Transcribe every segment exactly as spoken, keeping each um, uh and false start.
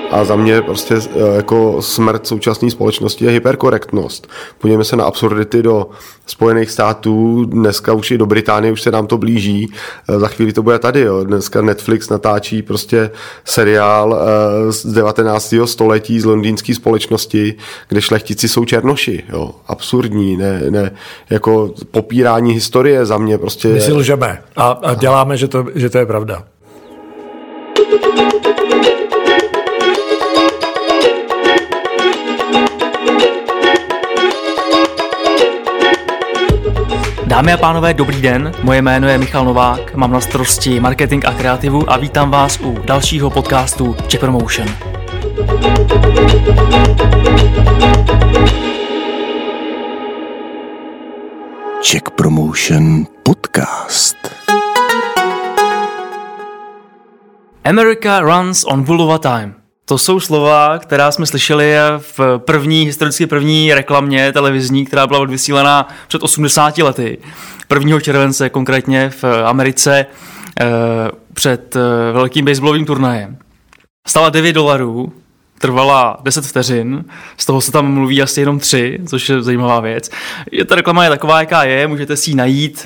A za mě prostě jako smrt současné společnosti je hyperkorektnost. Podívejme se na absurdity do Spojených států, dneska už i do Británie, už se nám to blíží, za chvíli to bude tady. Jo. Dneska Netflix natáčí prostě seriál z devatenáctého století z londýnské společnosti, kde šlechtici jsou černoši. Jo. Absurdní, ne, ne, jako popírání historie za mě prostě. My si lžeme a, a děláme, že to, že to je pravda. Dámy a pánové, dobrý den, moje jméno je Michal Novák, mám na starosti marketing a kreativu a vítám vás u dalšího podcastu Czech Promotion. Czech Promotion podcast. America runs on Bulova time. To jsou slova, která jsme slyšeli v první, historicky první reklamě televizní, která byla odvysílená před osmdesáti lety. prvního července konkrétně v Americe před velkým baseballovým turnajem. Stála devět dolarů, trvala deset vteřin, z toho se tam mluví asi jenom tři, což je zajímavá věc. Ta reklama je taková, jaká je, můžete si ji najít.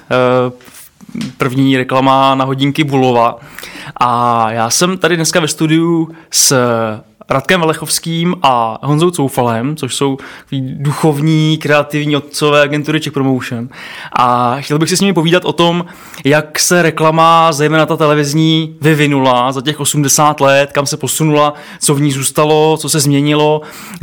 První reklama na hodinky Bulova. A já jsem tady dneska ve studiu s Radkem Valechovským a Honzou Coufalem, což jsou duchovní, kreativní otcové agentury Czech Promotion. A chtěl bych si s nimi povídat o tom, jak se reklama, zejména ta televizní, vyvinula za těch osmdesát let, kam se posunula, co v ní zůstalo, co se změnilo.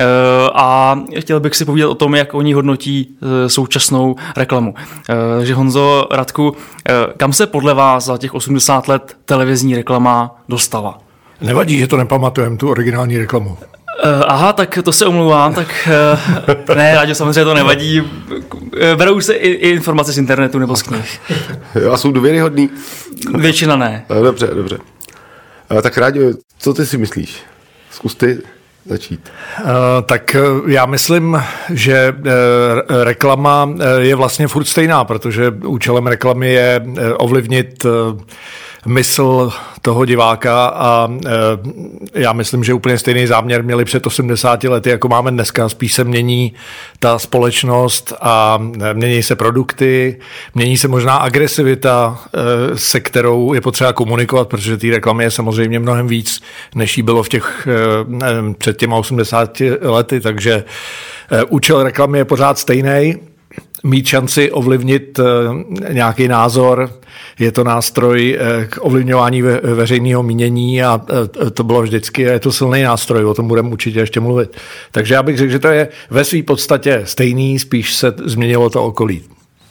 A chtěl bych si povídat o tom, jak oni hodnotí současnou reklamu. Takže Honzo, Radku, kam se podle vás za těch osmdesát let televizní reklama dostala? Nevadí, že to nepamatujeme, tu originální reklamu. Uh, aha, tak to se omlouvám, tak uh, ne, Ráďo, samozřejmě to nevadí. Uh, berou se i, i informace z internetu nebo z knih. A jsou důvěryhodný? Většina ne. Dobře, dobře. Uh, tak Ráďo, co ty si myslíš? Zkus ty začít. Uh, tak uh, já myslím, že uh, reklama uh, je vlastně furt stejná, protože účelem reklamy je uh, ovlivnit uh, mysl toho diváka a e, já myslím, že úplně stejný záměr měli před osmdesáti lety, jako máme dneska. Spíš se mění ta společnost a mění se produkty, mění se možná agresivita, e, se kterou je potřeba komunikovat, protože té reklamy je samozřejmě mnohem víc, než jí bylo v těch, e, před těma osmdesáti lety, takže e, účel reklamy je pořád stejný. Mít šanci ovlivnit nějaký názor, je to nástroj k ovlivňování ve, veřejného mínění a to bylo vždycky, je to silný nástroj, o tom budeme určitě ještě mluvit. Takže já bych řekl, že to je ve své podstatě stejný, spíš se změnilo to okolí.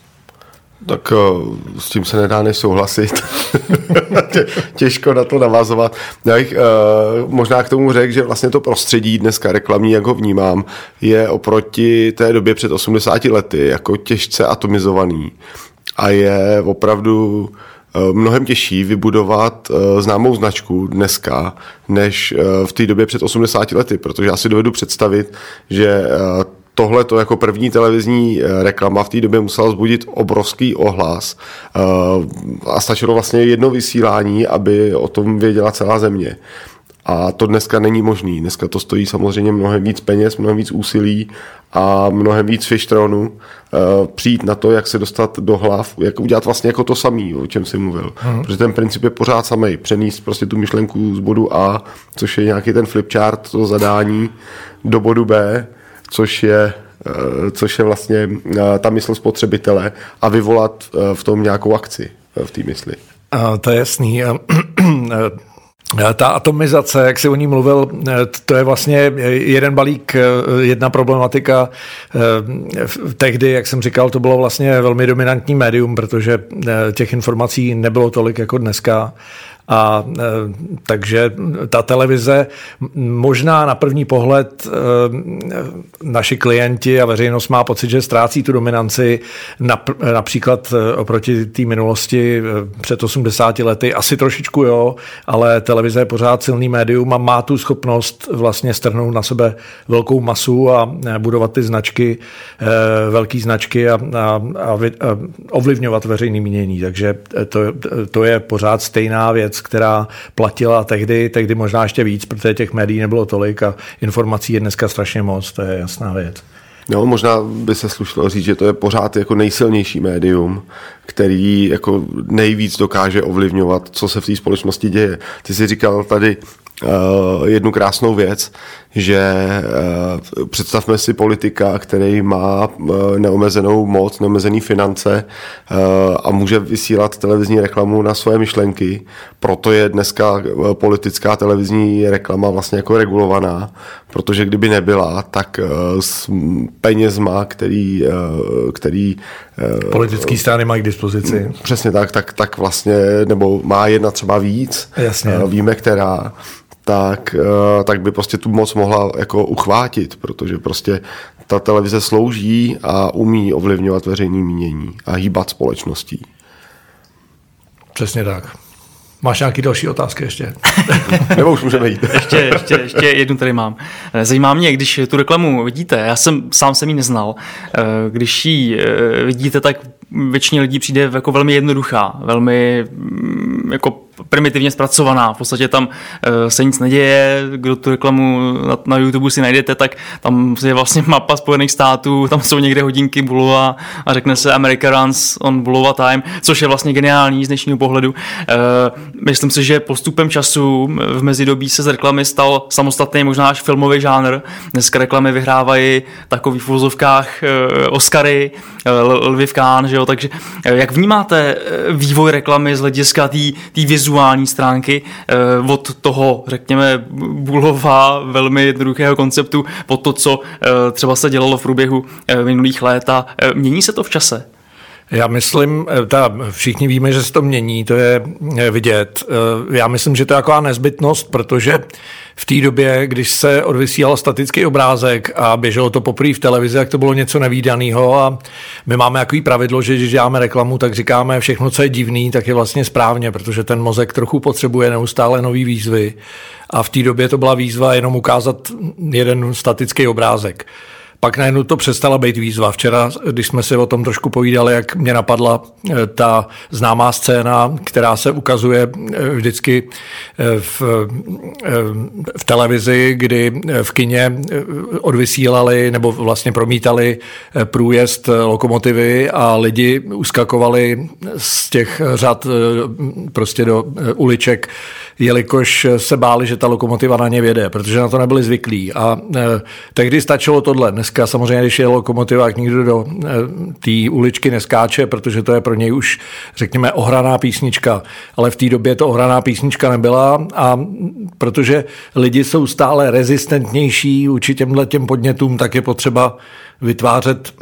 Tak s tím se nedá než souhlasit. Těžko na to navazovat. Já bych uh, možná k tomu řekl, že vlastně to prostředí dneska reklamní, jak ho vnímám, je oproti té době před osmdesáti lety jako těžce atomizovaný. A je opravdu uh, mnohem těžší vybudovat uh, známou značku dneska, než uh, v té době před osmdesáti lety, protože já si dovedu představit, že uh, tohle to jako první televizní reklama v té době musela vzbudit obrovský ohlas a stačilo vlastně jedno vysílání, aby o tom věděla celá země. A to dneska není možný. Dneska to stojí samozřejmě mnohem víc peněz, mnohem víc úsilí a mnohem víc fištronu přijít na to, jak se dostat do hlav, jak udělat vlastně jako to samý, o čem jsi mluvil. Hmm. Protože ten princip je pořád samej. Přenést prostě tu myšlenku z bodu A, což je nějaký ten flipchart, to zadání, do bodu B, což je, což je vlastně ta mysl spotřebitele a vyvolat v tom nějakou akci v té mysli. A to je jasný. Ta atomizace, jak jsi o ní mluvil, to je vlastně jeden balík, jedna problematika. Tehdy, jak jsem říkal, to bylo vlastně velmi dominantní médium, protože těch informací nebylo tolik jako dneska. A e, takže ta televize, možná na první pohled e, naši klienti a veřejnost má pocit, že ztrácí tu dominanci nap, například oproti té minulosti před osmdesáti lety. Asi trošičku jo, ale televize je pořád silný médium a má tu schopnost vlastně strhnout na sebe velkou masu a budovat ty značky, e, velký značky a, a, a ovlivňovat veřejné mínění. Takže to, to je pořád stejná věc, věc, která platila tehdy, tehdy možná ještě víc, protože těch médií nebylo tolik a informací je dneska strašně moc, to je jasná věc. No, možná by se slušilo říct, že to je pořád jako nejsilnější médium, který jako nejvíc dokáže ovlivňovat, co se v té společnosti děje. Ty jsi říkal tady uh, jednu krásnou věc, že uh, představme si politika, který má uh, neomezenou moc, neomezený finance uh, a může vysílat televizní reklamu na své myšlenky. Proto je dneska uh, politická televizní reklama vlastně jako regulovaná, protože kdyby nebyla, tak uh, s penězma, který, uh, který uh, politický strany mají k dispozici. Přesně tak, tak, tak vlastně, nebo má jedna třeba víc, jasně. Uh, víme, která, tak, tak by prostě tu moc mohla jako uchvátit, protože prostě ta televize slouží a umí ovlivňovat veřejné mínění a hýbat společností. Přesně tak. Máš nějaký další otázky ještě? Nebo už můžeme jít. ještě, ještě, ještě jednu tady mám. Zajímá mě, když tu reklamu vidíte, já jsem sám jsem ji neznal, když ji vidíte, tak většině lidí přijde jako velmi jednoduchá, velmi jako primitivně zpracovaná. V podstatě tam se nic neděje, kdo tu reklamu na, na YouTube si najdete, tak tam je vlastně mapa Spojených států, tam jsou někde hodinky Bulova a řekne se America runs on Bulova time, což je vlastně geniální z dnešního pohledu. Myslím si, že postupem času v mezidobí se z reklamy stal samostatný možná až filmový žánr. Dneska reklamy vyhrávají takový v uvozovkách Oscary, Lviv Kán, že jo, takže jak vnímáte vývoj reklamy z hlediska té vizuální stránky od toho, řekněme, Bulova velmi jednoduchého konceptu po to, co třeba se dělalo v průběhu minulých let a mění se to v čase? Já myslím, ta, všichni víme, že se to mění, to je vidět. Já myslím, že to je taková nezbytnost, protože v té době, když se odvysílal statický obrázek a běželo to poprvé v televizi, tak to bylo něco nevídaného a my máme takový pravidlo, že když děláme reklamu, tak říkáme všechno, co je divný, tak je vlastně správně, protože ten mozek trochu potřebuje neustále nový výzvy a v té době to byla výzva jenom ukázat jeden statický obrázek. Pak najednou to přestala být výzva. Včera, když jsme si o tom trošku povídali, jak mě napadla ta známá scéna, která se ukazuje vždycky v, v televizi, kdy v kině odvysílali nebo vlastně promítali průjezd lokomotivy a lidi uskakovali z těch řad prostě do uliček, jelikož se báli, že ta lokomotiva na ně vjede, protože na to nebyli zvyklí. A tehdy stačilo tohle. Dneska samozřejmě, když je lokomotiva, tak nikdo do té uličky neskáče, protože to je pro něj už, řekněme, ohraná písnička. Ale v té době to ohraná písnička nebyla a protože lidi jsou stále rezistentnější vůči těmhle těm podnětům, tak je potřeba vytvářet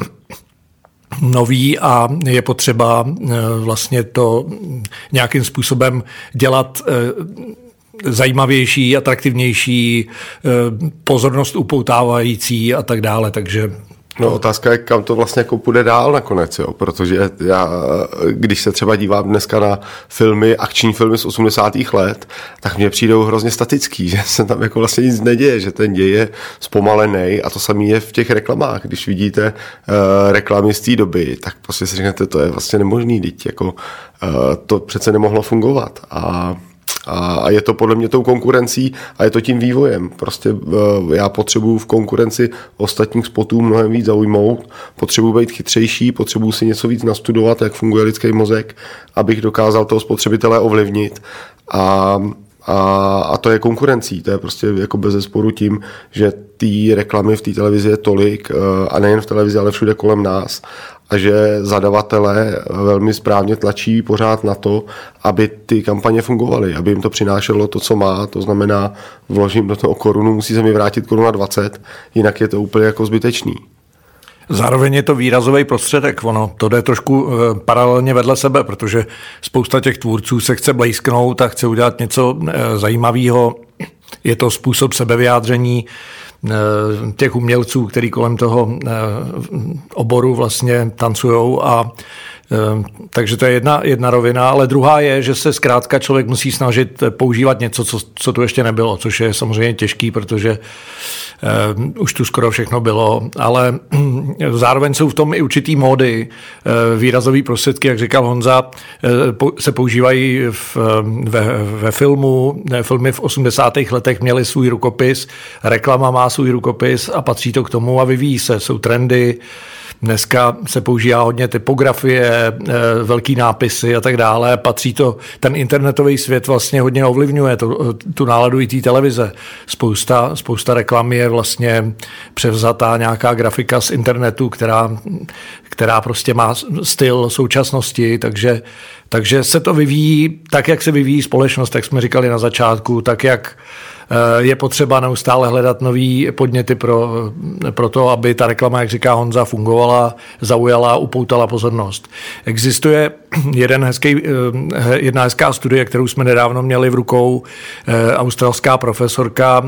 nový a je potřeba vlastně to nějakým způsobem dělat zajímavější, atraktivnější, pozornost upoutávající a tak dále, takže... No, otázka je, kam to vlastně jako půjde dál nakonec, jo? Protože já, když se třeba dívám dneska na filmy, akční filmy z osmdesátých let, tak mně přijdou hrozně statický, že se tam jako vlastně nic neděje, že ten děj je zpomalený a to samé je v těch reklamách. Když vidíte uh, reklamy z té doby, tak prostě si řeknete, to je vlastně nemožný, teď jako uh, to přece nemohlo fungovat a A je to podle mě tou konkurencí a je to tím vývojem. Prostě já potřebuju v konkurenci ostatních spotů mnohem víc zaujmout, potřebuju být chytřejší, potřebuju si něco víc nastudovat, jak funguje lidský mozek, abych dokázal toho spotřebitele ovlivnit. A, a, a to je konkurencí, to je prostě jako bezesporu tím, že té reklamy v té televizi je tolik a nejen v televizi, ale všude kolem nás. A že zadavatelé velmi správně tlačí pořád na to, aby ty kampaně fungovaly, aby jim to přinášelo to, co má, to znamená, vložím do toho korunu, musí se mi vrátit koruna dvacet, jinak je to úplně jako zbytečný. Zároveň je to výrazový prostředek, ono to jde trošku paralelně vedle sebe, protože spousta těch tvůrců se chce blejsknout a chce udělat něco zajímavého, je to způsob sebevyjádření těch umělců, který kolem toho oboru vlastně tancujou a Takže to je jedna, jedna rovina, ale druhá je, že se zkrátka člověk musí snažit používat něco, co, co tu ještě nebylo, což je samozřejmě těžký, protože uh, už tu skoro všechno bylo, ale uh, zároveň jsou v tom i určitý módy, uh, výrazový prostředky, jak říkal Honza, uh, po, se používají v, ve, ve filmu, ne, filmy v osmdesátých letech měly svůj rukopis, reklama má svůj rukopis a patří to k tomu a vyvíjí se, jsou trendy. Dneska se používá hodně typografie, velký nápisy a tak dále. Patří to, ten internetový svět vlastně hodně ovlivňuje to, tu náladu i té televize. Spousta, spousta reklam je vlastně převzatá nějaká grafika z internetu, která, která prostě má styl současnosti, takže, takže se to vyvíjí tak, jak se vyvíjí společnost, jak jsme říkali na začátku, tak, jak je potřeba neustále hledat nový podněty pro, pro to, aby ta reklama, jak říká Honza, fungovala, zaujala, upoutala pozornost. Existuje jeden hezký, jedna hezká studie, kterou jsme nedávno měli v rukou, australská profesorka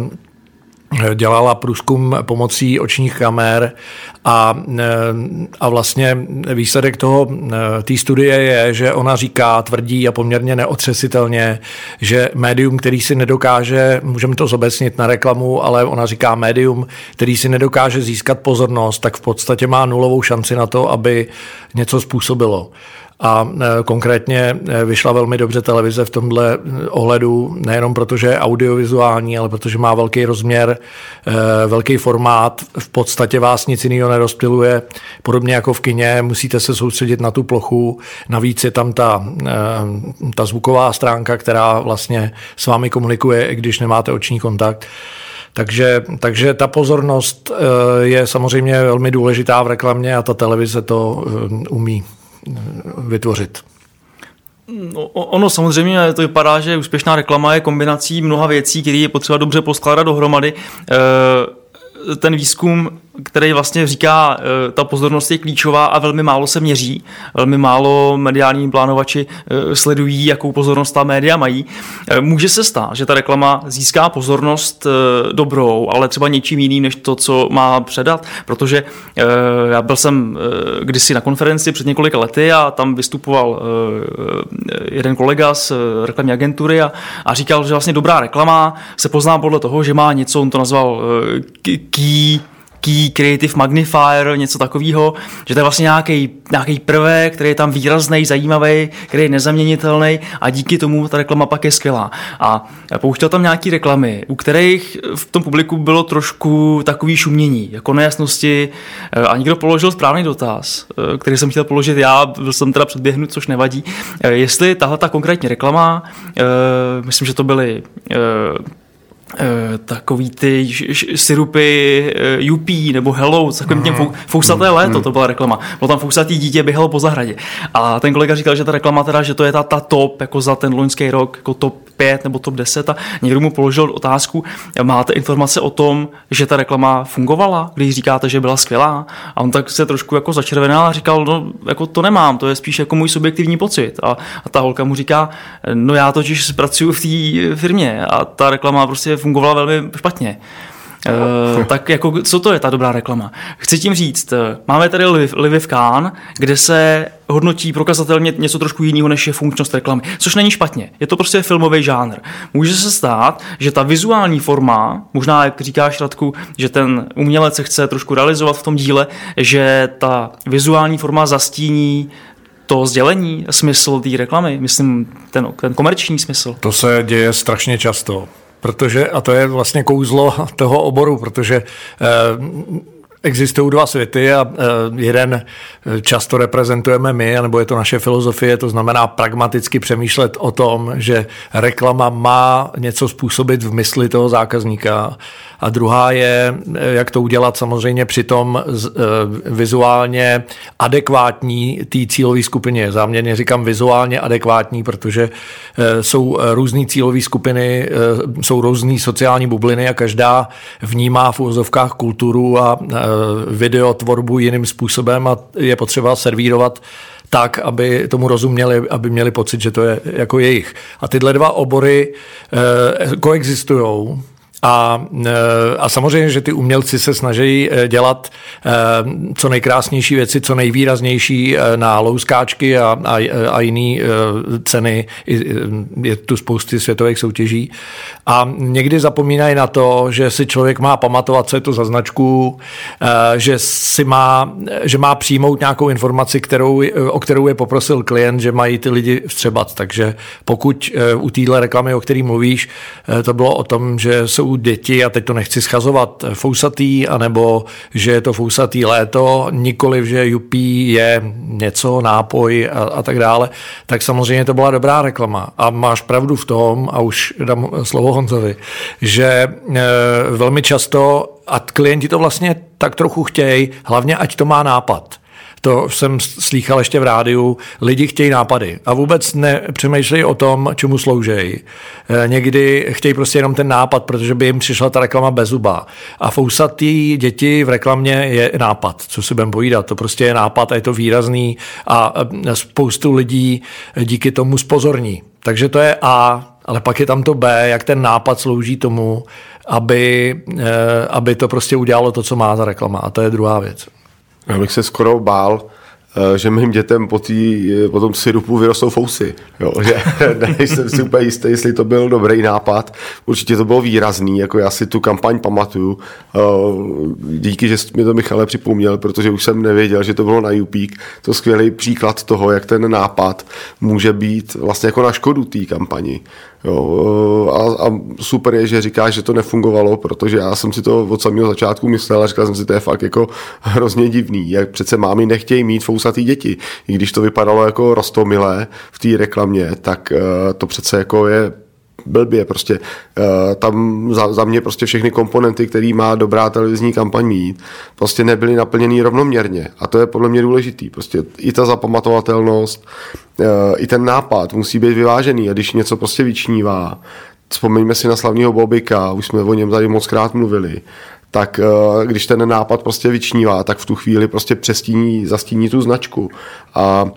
dělala průzkum pomocí očních kamer a, a vlastně výsledek toho té studie je, že ona říká, tvrdí a poměrně neotřesitelně, že médium, který si nedokáže, můžeme to zobecnit na reklamu, ale ona říká médium, který si nedokáže získat pozornost, tak v podstatě má nulovou šanci na to, aby něco způsobilo. A konkrétně vyšla velmi dobře televize v tomhle ohledu, nejenom protože je audiovizuální, ale protože má velký rozměr, velký formát, v podstatě vás nic jiného nerozptyluje. Podobně jako v kině, musíte se soustředit na tu plochu, navíc je tam ta, ta zvuková stránka, která vlastně s vámi komunikuje, i když nemáte oční kontakt. Takže, takže ta pozornost je samozřejmě velmi důležitá v reklamě a ta televize to umí vytvořit. No, ono samozřejmě to vypadá, že úspěšná reklama je kombinací mnoha věcí, které je potřeba dobře poskládat dohromady. Ten výzkum, který vlastně říká, ta pozornost je klíčová a velmi málo se měří. Velmi málo mediální plánovači sledují, jakou pozornost ta média mají. Může se stát, že ta reklama získá pozornost dobrou, ale třeba něčím jiným, než to, co má předat, protože já byl jsem kdysi na konferenci před několika lety a tam vystupoval jeden kolega z reklamní agentury a, a říkal, že vlastně dobrá reklama se pozná podle toho, že má něco, on to nazval key Key Creative Magnifier, něco takového, že to je vlastně nějaký, nějaký prvek, který je tam výrazný, zajímavý, který je nezaměnitelný a díky tomu ta reklama pak je skvělá. A pouštěl tam nějaký reklamy, u kterých v tom publiku bylo trošku takový šumění, jako nejasnosti a někdo položil správný dotaz, který jsem chtěl položit já, byl jsem teda předběhnut, což nevadí. Jestli tahle ta konkrétní reklama, myslím, že to byly takový ty sirupy Yuppie nebo Hello, takovým těm fou, fousaté léto, to byla reklama. Bylo tam fousatý dítě, běhalo po zahradě. A ten kolega říkal, že ta reklama teda, že to je ta, ta top, jako za ten loňský rok, jako top pět nebo top deset a někdo mu položil otázku, máte informace o tom, že ta reklama fungovala, když říkáte, že byla skvělá? A on tak se trošku jako začervenal a říkal, no jako to nemám, to je spíš jako můj subjektivní pocit. A, a ta holka mu říká, no já totiž pracuji v té firmě a ta reklama prostě fungovala velmi špatně. Uh, tak jako, co to je ta dobrá reklama? Chci tím říct, máme tady Liv, Liviv Khan, kde se hodnotí prokazatelně něco trošku jiného, než je funkčnost reklamy, což není špatně. Je to prostě filmový žánr. Může se stát, že ta vizuální forma, možná jak říkáš, Radku, že ten umělec se chce trošku realizovat v tom díle, že ta vizuální forma zastíní to sdělení, smysl té reklamy, myslím ten, ten komerční smysl. To se děje strašně často. Protože, a to je vlastně kouzlo toho oboru, protože eh, existují dva světy a eh, jeden často reprezentujeme my, nebo je to naše filozofie, to znamená pragmaticky přemýšlet o tom, že reklama má něco způsobit v mysli toho zákazníka. A druhá je, jak to udělat samozřejmě přitom vizuálně adekvátní té cílové skupině. Záměrně říkám vizuálně adekvátní, protože jsou různý cílové skupiny, jsou různý sociální bubliny a každá vnímá v uvozovkách kulturu a videotvorbu jiným způsobem a je potřeba servírovat tak, aby tomu rozuměli, aby měli pocit, že to je jako jejich. A tyhle dva obory koexistujou. A, a samozřejmě, že ty umělci se snaží dělat co nejkrásnější věci, co nejvýraznější na louskáčky a, a, a jiné ceny. Je tu spousty světových soutěží. A někdy zapomínají na to, že si člověk má pamatovat, co je to za značku, že si má, že má přijmout nějakou informaci, kterou, o kterou je poprosil klient, že mají ty lidi vstřebat. Takže pokud u téhle reklamy, o který mluvíš, to bylo o tom, že jsou děti, a teď to nechci schazovat, fousatý, anebo že je to fousatý léto, nikoliv, že jupí je něco, nápoj a, a tak dále, tak samozřejmě to byla dobrá reklama. A máš pravdu v tom, a už dám slovo Honzovi, že e, velmi často, a klienti to vlastně tak trochu chtějí, hlavně ať to má nápad. To jsem slýchal ještě v rádiu, lidi chtějí nápady a vůbec nepřemýšlejí o tom, čemu sloužejí. Někdy chtějí prostě jenom ten nápad, protože by jim přišla ta reklama bez zuba. A fousatý děti v reklamě je nápad, co si budeme povídat. To prostě je nápad a je to výrazný a spoustu lidí díky tomu spozorní. Takže to je A, ale pak je tam to B, jak ten nápad slouží tomu, aby, aby to prostě udělalo to, co má ta reklama. A to je druhá věc. Já bych se skoro bál, že mým dětem po, tý, po tom syrupu vyrostou fousy. Jo, že nejsem si úplně jistý, jestli to byl dobrý nápad. Určitě to bylo výrazný, jako já si tu kampaň pamatuju. Díky, že jsi mi to, Michale, připomněl, protože už jsem nevěděl, že to bylo na YouPeak. To je skvělý příklad toho, jak ten nápad může být vlastně jako na škodu té kampani. Jo, a, a super je, že říkáš, že to nefungovalo, protože já jsem si to od samého začátku myslel a říkal jsem si, to je fakt jako hrozně divný, jak přece mámy nechtějí mít fousatý děti. I když to vypadalo jako roztomilé v té reklamě, tak uh, to přece jako je blbě, prostě uh, tam za, za mě prostě všechny komponenty, který má dobrá televizní kampaň mít, prostě nebyly naplněný rovnoměrně a to je podle mě důležitý, prostě i ta zapamatovatelnost, uh, i ten nápad musí být vyvážený a když něco prostě vyčnívá, vzpomeňme si na slavného Bobika, už jsme o něm tady moc krát mluvili, tak uh, když ten nápad prostě vyčnívá, tak v tu chvíli prostě přestíní, zastíní tu značku a,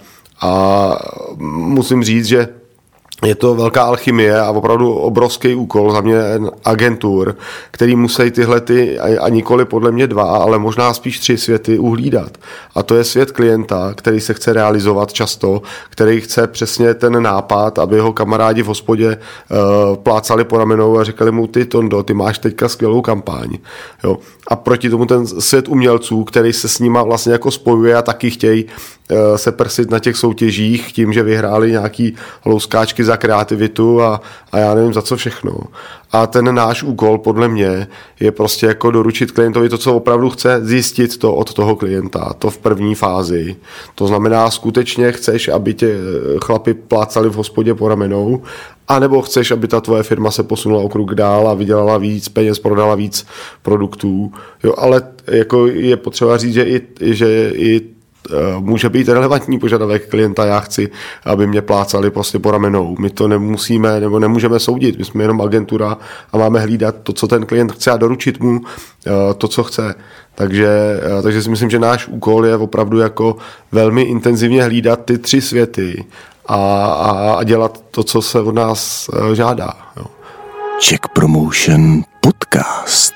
a musím říct, že je to velká alchymie a opravdu obrovský úkol za mě agentur, který musí tyhle ty, a nikoli podle mě dva, ale možná spíš tři světy uhlídat. A to je svět klienta, který se chce realizovat často, který chce přesně ten nápad, aby ho kamarádi v hospodě uh, plácali po ramenou a říkali mu, ty Tondo, ty máš teďka skvělou kampaň. Jo. A proti tomu ten svět umělců, který se s nima vlastně jako spojuje a taky chtějí uh, se prsit na těch soutěžích tím, že vyhráli nějaký louskáčky za kreativitu a, a já nevím za co všechno. A ten náš úkol podle mě je prostě jako doručit klientovi to, co opravdu chce, zjistit to od toho klienta, to v první fázi. To znamená, skutečně chceš, aby tě chlapi plácali v hospodě po ramenou, anebo chceš, aby ta tvoje firma se posunula o krok dál a vydělala víc peněz, prodala víc produktů. Jo, ale jako je potřeba říct, že i, že i může být relevantní požadavek klienta, já chci, aby mě plácali prostě po ramenou. My to nemusíme nebo nemůžeme soudit, my jsme jenom agentura a máme hlídat to, co ten klient chce a doručit mu to, co chce. Takže, takže si myslím, že náš úkol je opravdu jako velmi intenzivně hlídat ty tři světy a, a, a dělat to, co se od nás žádá. Jo. Czech Promotion Podcast.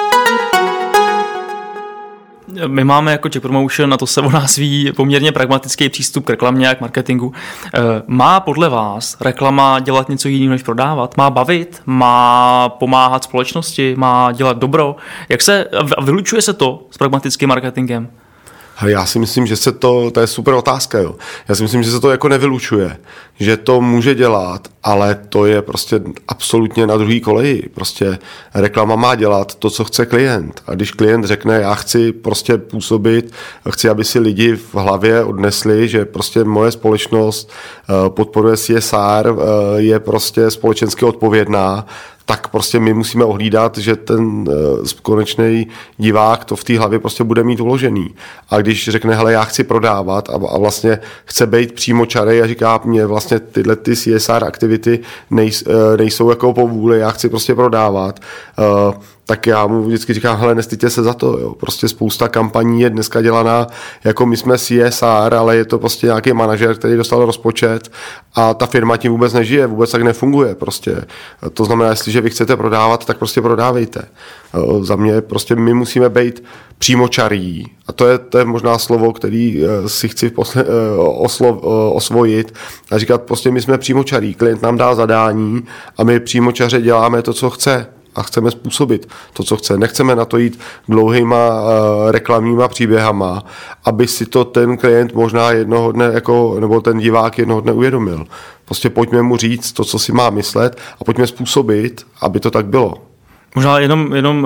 My máme jako Czech Promotion, na to se o nás ví, poměrně pragmatický přístup k reklamě a k marketingu. Má podle vás reklama dělat něco jiného než prodávat? Má bavit? Má pomáhat společnosti? Má dělat dobro? Jak se, vylučuje se to s pragmatickým marketingem? Já si myslím, že se to, to je super otázka, jo. Já si myslím, že se to jako nevylučuje, že to může dělat, ale to je prostě absolutně na druhý koleji. Prostě reklama má dělat to, co chce klient. A když klient řekne, já chci prostě působit, chci, aby si lidi v hlavě odnesli, že prostě moje společnost podporuje C S R, je prostě společensky odpovědná, tak prostě my musíme ohlídat, že ten uh, konečný divák to v té hlavě prostě bude mít uložený. A když řekne, hele, já chci prodávat a, a vlastně chce být přímo čarej a říká mě vlastně tyhle ty C S R aktivity nejs, uh, nejsou jako po vůli, já chci prostě prodávat, uh, tak já mu vždycky říkám, hele, nestyďte se za to, jo. Prostě spousta kampaní je dneska dělaná, jako my jsme C S R, ale je to prostě nějaký manažer, který dostal rozpočet a ta firma tím vůbec nežije, vůbec tak nefunguje prostě. To znamená, jestli jestliže vy chcete prodávat, tak prostě prodávejte. Za mě prostě my musíme být přímočarý a to je, to je možná slovo, který si chci posle, oslo, osvojit a říkat prostě my jsme přímočarý, klient nám dá zadání a my přímočaře děláme to, co chce a chceme způsobit to, co chce. Nechceme na to jít dlouhýma uh, reklamníma příběhama, aby si to ten klient možná jednoho dne, jako, nebo ten divák jednoho dne uvědomil. Prostě pojďme mu říct to, co si má myslet a pojďme způsobit, aby to tak bylo. Možná jenom, jenom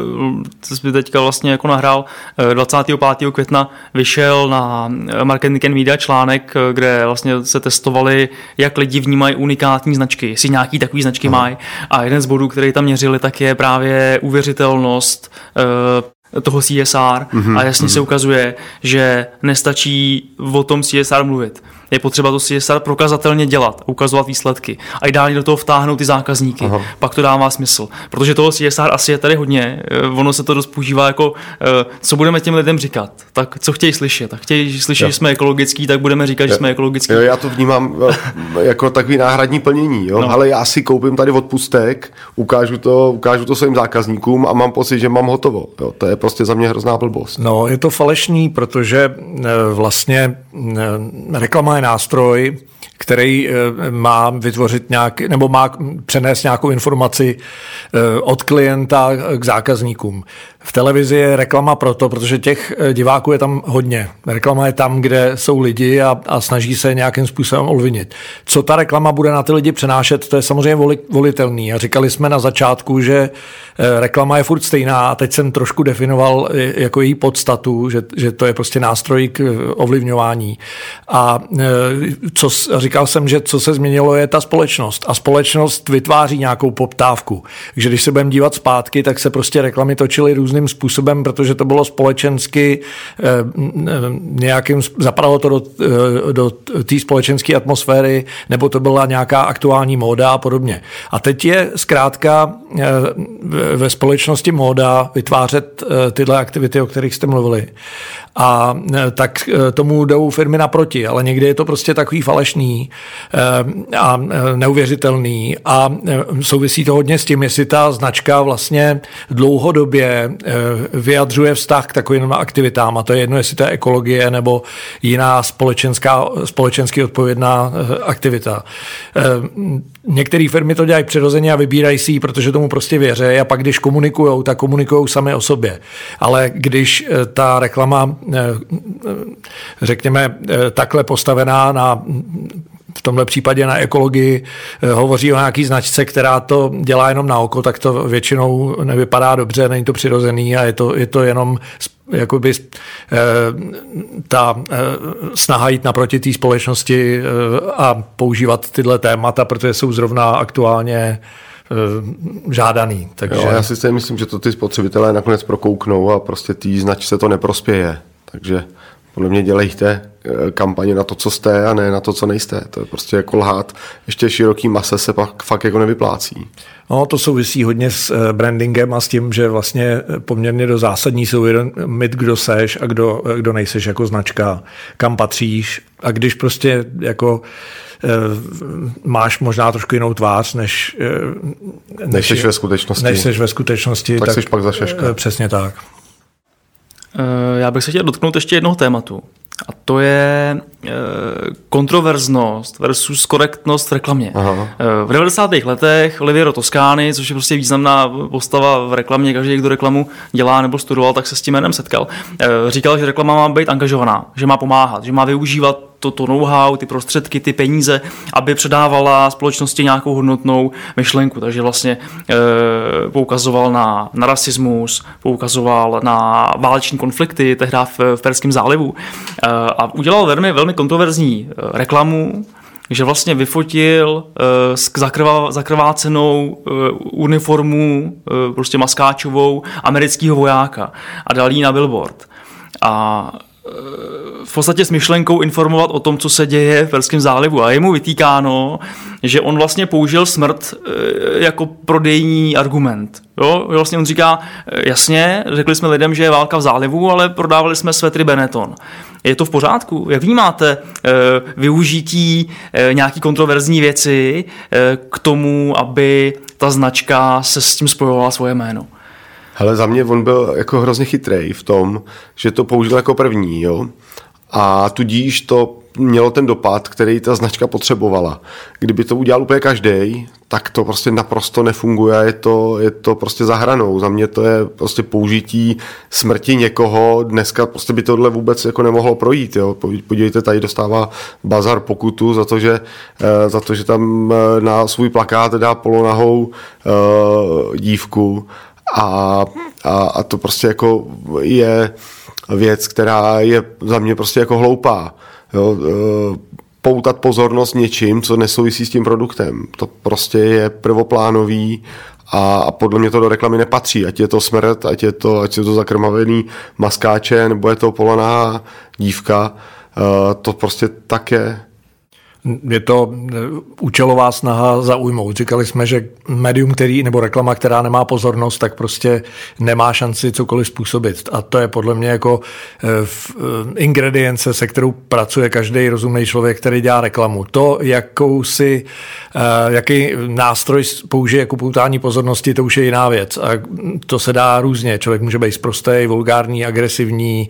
co jsi teďka vlastně jako nahrál, dvacátého pátého května vyšel na Marketing and Media článek, kde vlastně se testovali, jak lidi vnímají unikátní značky, jestli nějaký takový značky Aha. mají. A jeden z bodů, který tam měřili, tak je právě uvěřitelnost toho C S R mm-hmm, a jasně mm-hmm. se ukazuje, že nestačí o tom C S R mluvit. Je potřeba to C S R prokazatelně dělat, ukazovat výsledky a ideálně do toho vtáhnout ty zákazníky. Aha. Pak to dává smysl. Protože toho C S R asi je tady hodně. Ono se to dost používá jako, co budeme těm lidem říkat. Tak co chtějí slyšet? Tak chtějí slyšet, jo. že jsme ekologický, tak budeme říkat, jo. že jsme ekologický. Jo, já to vnímám jako takový náhradní plnění. Jo? No. Ale já si koupím tady odpustek, ukážu to, ukážu to svým zákazníkům a mám pocit, že mám hotovo. Jo? To je prostě za mě hrozná blbost. No, je to falešný, protože vlastně reklama je nástroj, který má vytvořit nějaký, nebo má přenést nějakou informaci od klienta k zákazníkům. V televizi je reklama proto, protože těch diváků je tam hodně. Reklama je tam, kde jsou lidi a, a snaží se nějakým způsobem ovlivnit. Co ta reklama bude na ty lidi přenášet, to je samozřejmě voli, volitelný. A říkali jsme na začátku, že reklama je furt stejná a teď jsem trošku definoval jako její podstatu, že, že to je prostě nástroj k ovlivňování. A co, říkal jsem, že co se změnilo je ta společnost. A společnost vytváří nějakou poptávku. Takže když se budeme dívat zpátky, tak se prostě reklamy točily různým způsobem, protože to bylo společensky nějakým, zapadalo to do, do té společenské atmosféry, nebo to byla nějaká aktuální móda a podobně. A teď je zkrátka ve společnosti móda vytvářet tyhle aktivity, o kterých jste mluvili. A tak tomu jdou firmy naproti, ale někdy je to prostě takový falešný a neuvěřitelný a souvisí to hodně s tím, jestli ta značka vlastně dlouhodobě vyjadřuje vztah k takovým aktivitám a to je jedno, jestli to je ekologie nebo jiná společenská, společensky odpovědná aktivita. Některé firmy to dělají přirozeně a vybírají si ji, protože tomu prostě věří a pak když komunikujou, tak komunikují sami o sobě. Ale když ta reklama, řekněme, takhle postavená na v tomhle případě na ekologii hovoří o nějaký značce, která to dělá jenom na oko, tak to většinou nevypadá dobře, není to přirozený a je to, je to jenom jakoby ta snaha jít naproti té společnosti a používat tyhle témata, protože jsou zrovna aktuálně žádaný. Takže... Jo, já si stejně myslím, že to ty spotřebitelé nakonec prokouknou a prostě té značce to neprospěje. Takže podle mě dělejte kampaně na to, co jste a ne na to, co nejste. To je prostě jako lhát. Ještě široký mase se pak fakt jako nevyplácí. No, to souvisí hodně s brandingem a s tím, že vlastně poměrně do zásadní jsou uvědomit, kdo seš a kdo, kdo nejseš jako značka, kam patříš. A když prostě jako máš možná trošku jinou tvář, než... Než, než seš ve skutečnosti. Než seš ve skutečnosti. Tak, tak seš pak za šeška. Přesně tak. Já bych se chtěl dotknout ještě jednoho tématu. A to je e, kontroverznost versus korektnost v reklamě. Aha. V devadesátých letech Oliviero Toscani, což je prostě významná postava v reklamě, každý, kdo reklamu dělá nebo studoval, tak se s tím jménem setkal. E, říkal, že reklama má být angažovaná, že má pomáhat, že má využívat to, to know-how, ty prostředky, ty peníze, aby předávala společnosti nějakou hodnotnou myšlenku. Takže vlastně e, poukazoval na, na rasismus, poukazoval na váleční konflikty tehdy v, v Perském zálivu e, a udělal velmi, velmi kontroverzní e, reklamu, že vlastně vyfotil e, zakrvá, zakrvácenou e, uniformu, e, prostě maskáčovou amerického vojáka a dal jí na billboard. A v podstatě s myšlenkou informovat o tom, co se děje v Perském zálivu. A je mu vytýkáno, že on vlastně použil smrt jako prodejní argument. Jo? Vlastně on říká, jasně, řekli jsme lidem, že je válka v zálivu, ale prodávali jsme svetry Benetton. Je to v pořádku? Jak vnímáte využití nějaký kontroverzní věci k tomu, aby ta značka se s tím spojovala svoje jméno? Hele, za mě on byl jako hrozně chytrej v tom, že to použil jako první, jo. A tudíž to mělo ten dopad, který ta značka potřebovala. Kdyby to udělal úplně každý, tak to prostě naprosto nefunguje, je to, je to prostě za hranou. Za mě to je prostě použití smrti někoho, dneska prostě by tohle vůbec jako nemohlo projít, jo. Podívejte, tady dostává Bazar pokutu za to, že, za to, že tam na svůj plakát dá polonahou uh, dívku. A, a, a to prostě jako je věc, která je za mě prostě jako hloupá. Jo, poutat pozornost něčím, co nesouvisí s tím produktem. To prostě je prvoplánový a, a podle mě to do reklamy nepatří. Ať je to smrt, ať je to, ať je to zakrmavený maskáče, nebo je to poloná dívka. To prostě tak je. Je to účelová snaha zaujmout. Říkali jsme, že médium, který, nebo reklama, která nemá pozornost, tak prostě nemá šanci cokoliv způsobit. A to je podle mě jako ingredience, se kterou pracuje každý rozumný člověk, který dělá reklamu. To, jakou si, jaký nástroj použije jako poutání pozornosti, to už je jiná věc. A to se dá různě. Člověk může být sprostej, vulgární, agresivní.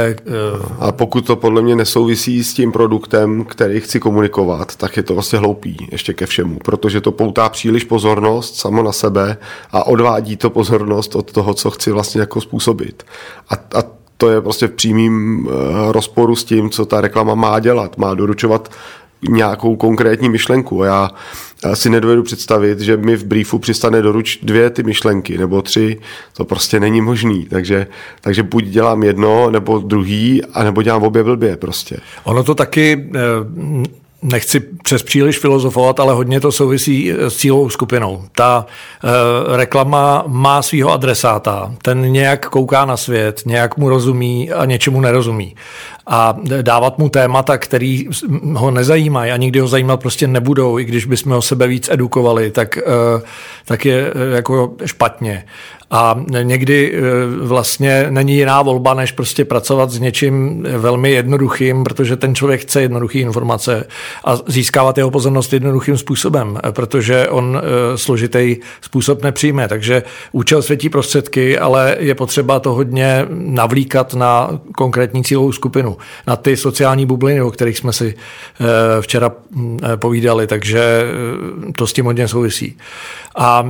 A pokud to podle mě nesouvisí s tím produktem, který chci komunikovat, tak je to vlastně hloupý ještě ke všemu, protože to poutá příliš pozornost samo na sebe a odvádí to pozornost od toho, co chci vlastně jako způsobit. A, a to je prostě v přímým rozporu s tím, co ta reklama má dělat. Má doručovat nějakou konkrétní myšlenku. A já si nedovedu představit, že mi v briefu přistane doruč dvě ty myšlenky, nebo tři, to prostě není možný. Takže, takže buď dělám jedno, nebo druhý, anebo dělám obě blbě prostě. Ono to taky... Eh... Nechci přes příliš filozofovat, ale hodně to souvisí s cílovou skupinou. Ta e, reklama má svýho adresáta, ten nějak kouká na svět, nějak mu rozumí a něčemu nerozumí. A dávat mu témata, který ho nezajímají a nikdy ho zajímat prostě nebudou, i když bychom o sebe víc edukovali, tak, e, tak je e, jako špatně. A někdy vlastně není jiná volba, než prostě pracovat s něčím velmi jednoduchým, protože ten člověk chce jednoduché informace a získávat jeho pozornost jednoduchým způsobem, protože on složitý způsob nepřijme. Takže účel světí prostředky, ale je potřeba to hodně navlíkat na konkrétní cílovou skupinu, na ty sociální bubliny, o kterých jsme si včera povídali, takže to s tím hodně souvisí. A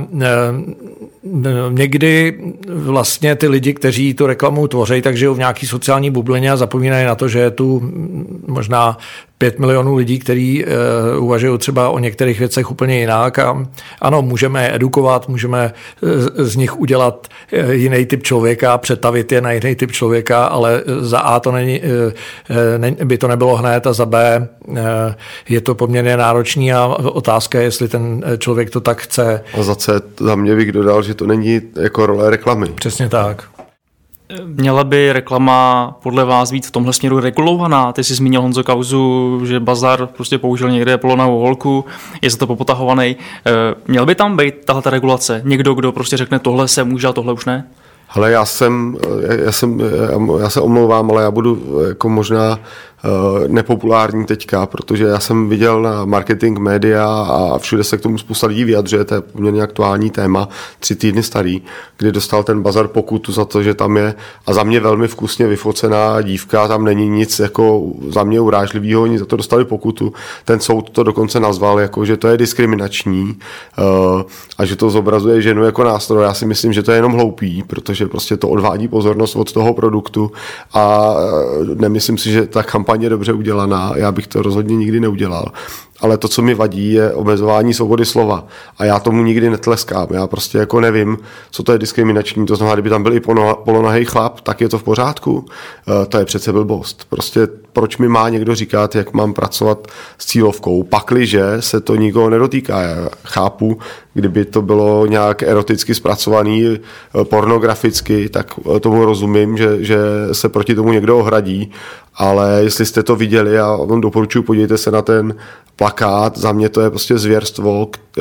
někdy vlastně ty lidi, kteří tu reklamu tvoří, tak žijou v nějaký sociální bublině a zapomínají na to, že je tu možná pět milionů lidí, kteří uh, uvažují třeba o některých věcech úplně jinak. A ano, můžeme je edukovat, můžeme z nich udělat jiný typ člověka, přetavit je na jiný typ člověka, ale za A to není, ne, by to nebylo hned a za B je to poměrně náročný a otázka je, jestli ten člověk to tak chce. A za C za mě bych dodal, že to není jako role reklamy. Přesně tak. Měla by reklama podle vás být v tomhle směru regulovaná? Ty jsi zmínil, Honzo, kauzu, že Bazar prostě použil někde polonavou holku, je za to popotahovaný. Měl by tam být tahle regulace? Někdo, kdo prostě řekne, tohle se může a tohle už ne? Hele, já jsem, já jsem, já se omlouvám, ale já budu jako možná nepopulární teďka, protože já jsem viděl na marketing, média a všude se k tomu spousta lidí vyjadřuje, to je poměrně aktuální téma, tři týdny starý, kdy dostal ten Bazar pokutu za to, že tam je a za mě velmi vkusně vyfocená dívka, tam není nic jako za mě urážlivýho, oni za to dostali pokutu. Ten soud to dokonce nazval jako, že to je diskriminační a že to zobrazuje ženu jako nástroj. Já si myslím, že to je jenom hloupý, protože prostě to odvádí pozornost od toho produktu a nemyslím si, že ta kampaně je dobře udělaná, já bych to rozhodně nikdy neudělal. ale to, co mi vadí, je omezování svobody slova. A já tomu nikdy netleskám. Já prostě jako nevím, co to je diskriminační. To znamená, kdyby tam byl i polonahej chlap, tak je to v pořádku. To je přece blbost. Prostě proč mi má někdo říkat, jak mám pracovat s cílovkou? Pakliže se to nikoho nedotýká. Já chápu, kdyby to bylo nějak eroticky zpracovaný, pornograficky, tak tomu rozumím, že, že se proti tomu někdo ohradí, ale jestli jste to viděli, já vám doporučuji, podívejte se na ten plakát, za mě to je prostě zvěrstvo, k, uh,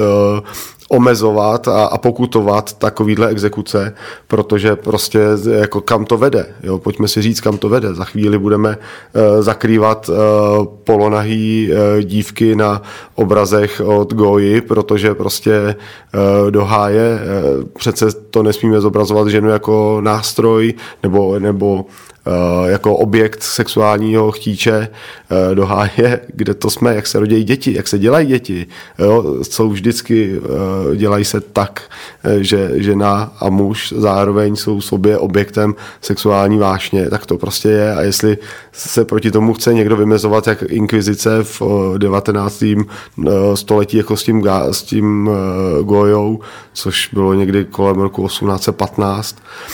omezovat a, a pokutovat takovýhle exekuce, protože prostě jako kam to vede, jo? Pojďme si říct, kam to vede. Za chvíli budeme uh, zakrývat uh, polonahý uh, dívky na obrazech od Goji, protože prostě uh, do háje uh, přece to nesmíme zobrazovat ženu jako nástroj nebo, nebo jako objekt sexuálního chtíče do háje, kde to jsme, jak se rodí děti, jak se dělají děti. Jo? Jsou vždycky, dělají se tak, že žena a muž zároveň jsou sobě objektem sexuální vášně, tak to prostě je. A jestli se proti tomu chce někdo vymezovat, jak inkvizice v devatenáctém století jako s tím, s tím Gojou, což bylo někdy kolem roku osmnáct set patnáct,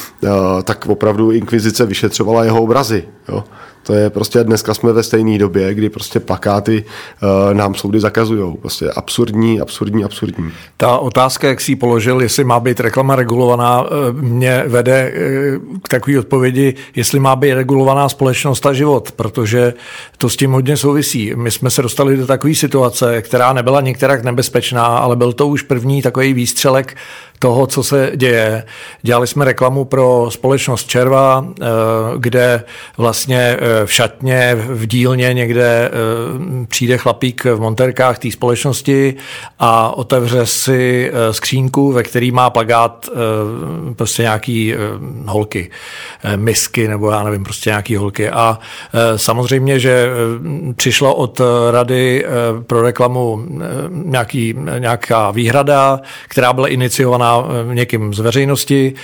tak opravdu inkvizice vyšetřovala jeho obrazy. Jo. To je prostě, dneska jsme ve stejné době, kdy prostě plakáty uh, nám soudy zakazujou. Prostě absurdní, absurdní, absurdní. Ta otázka, jak jsi ji položil, jestli má být reklama regulovaná, mě vede k takové odpovědi, jestli má být regulovaná společnost a život, protože to s tím hodně souvisí. My jsme se dostali do takové situace, která nebyla některak nebezpečná, ale byl to už první takový výstřelek toho, co se děje. Dělali jsme reklamu pro společnost Červa, kde vlastně v šatně, v dílně někde přijde chlapík v montérkách té společnosti a otevře si skřínku, ve který má plakát prostě nějaký holky, misky nebo já nevím, prostě nějaký holky. A samozřejmě, že přišlo od Rady pro reklamu nějaký, nějaká výhrada, která byla iniciovaná někým z veřejnosti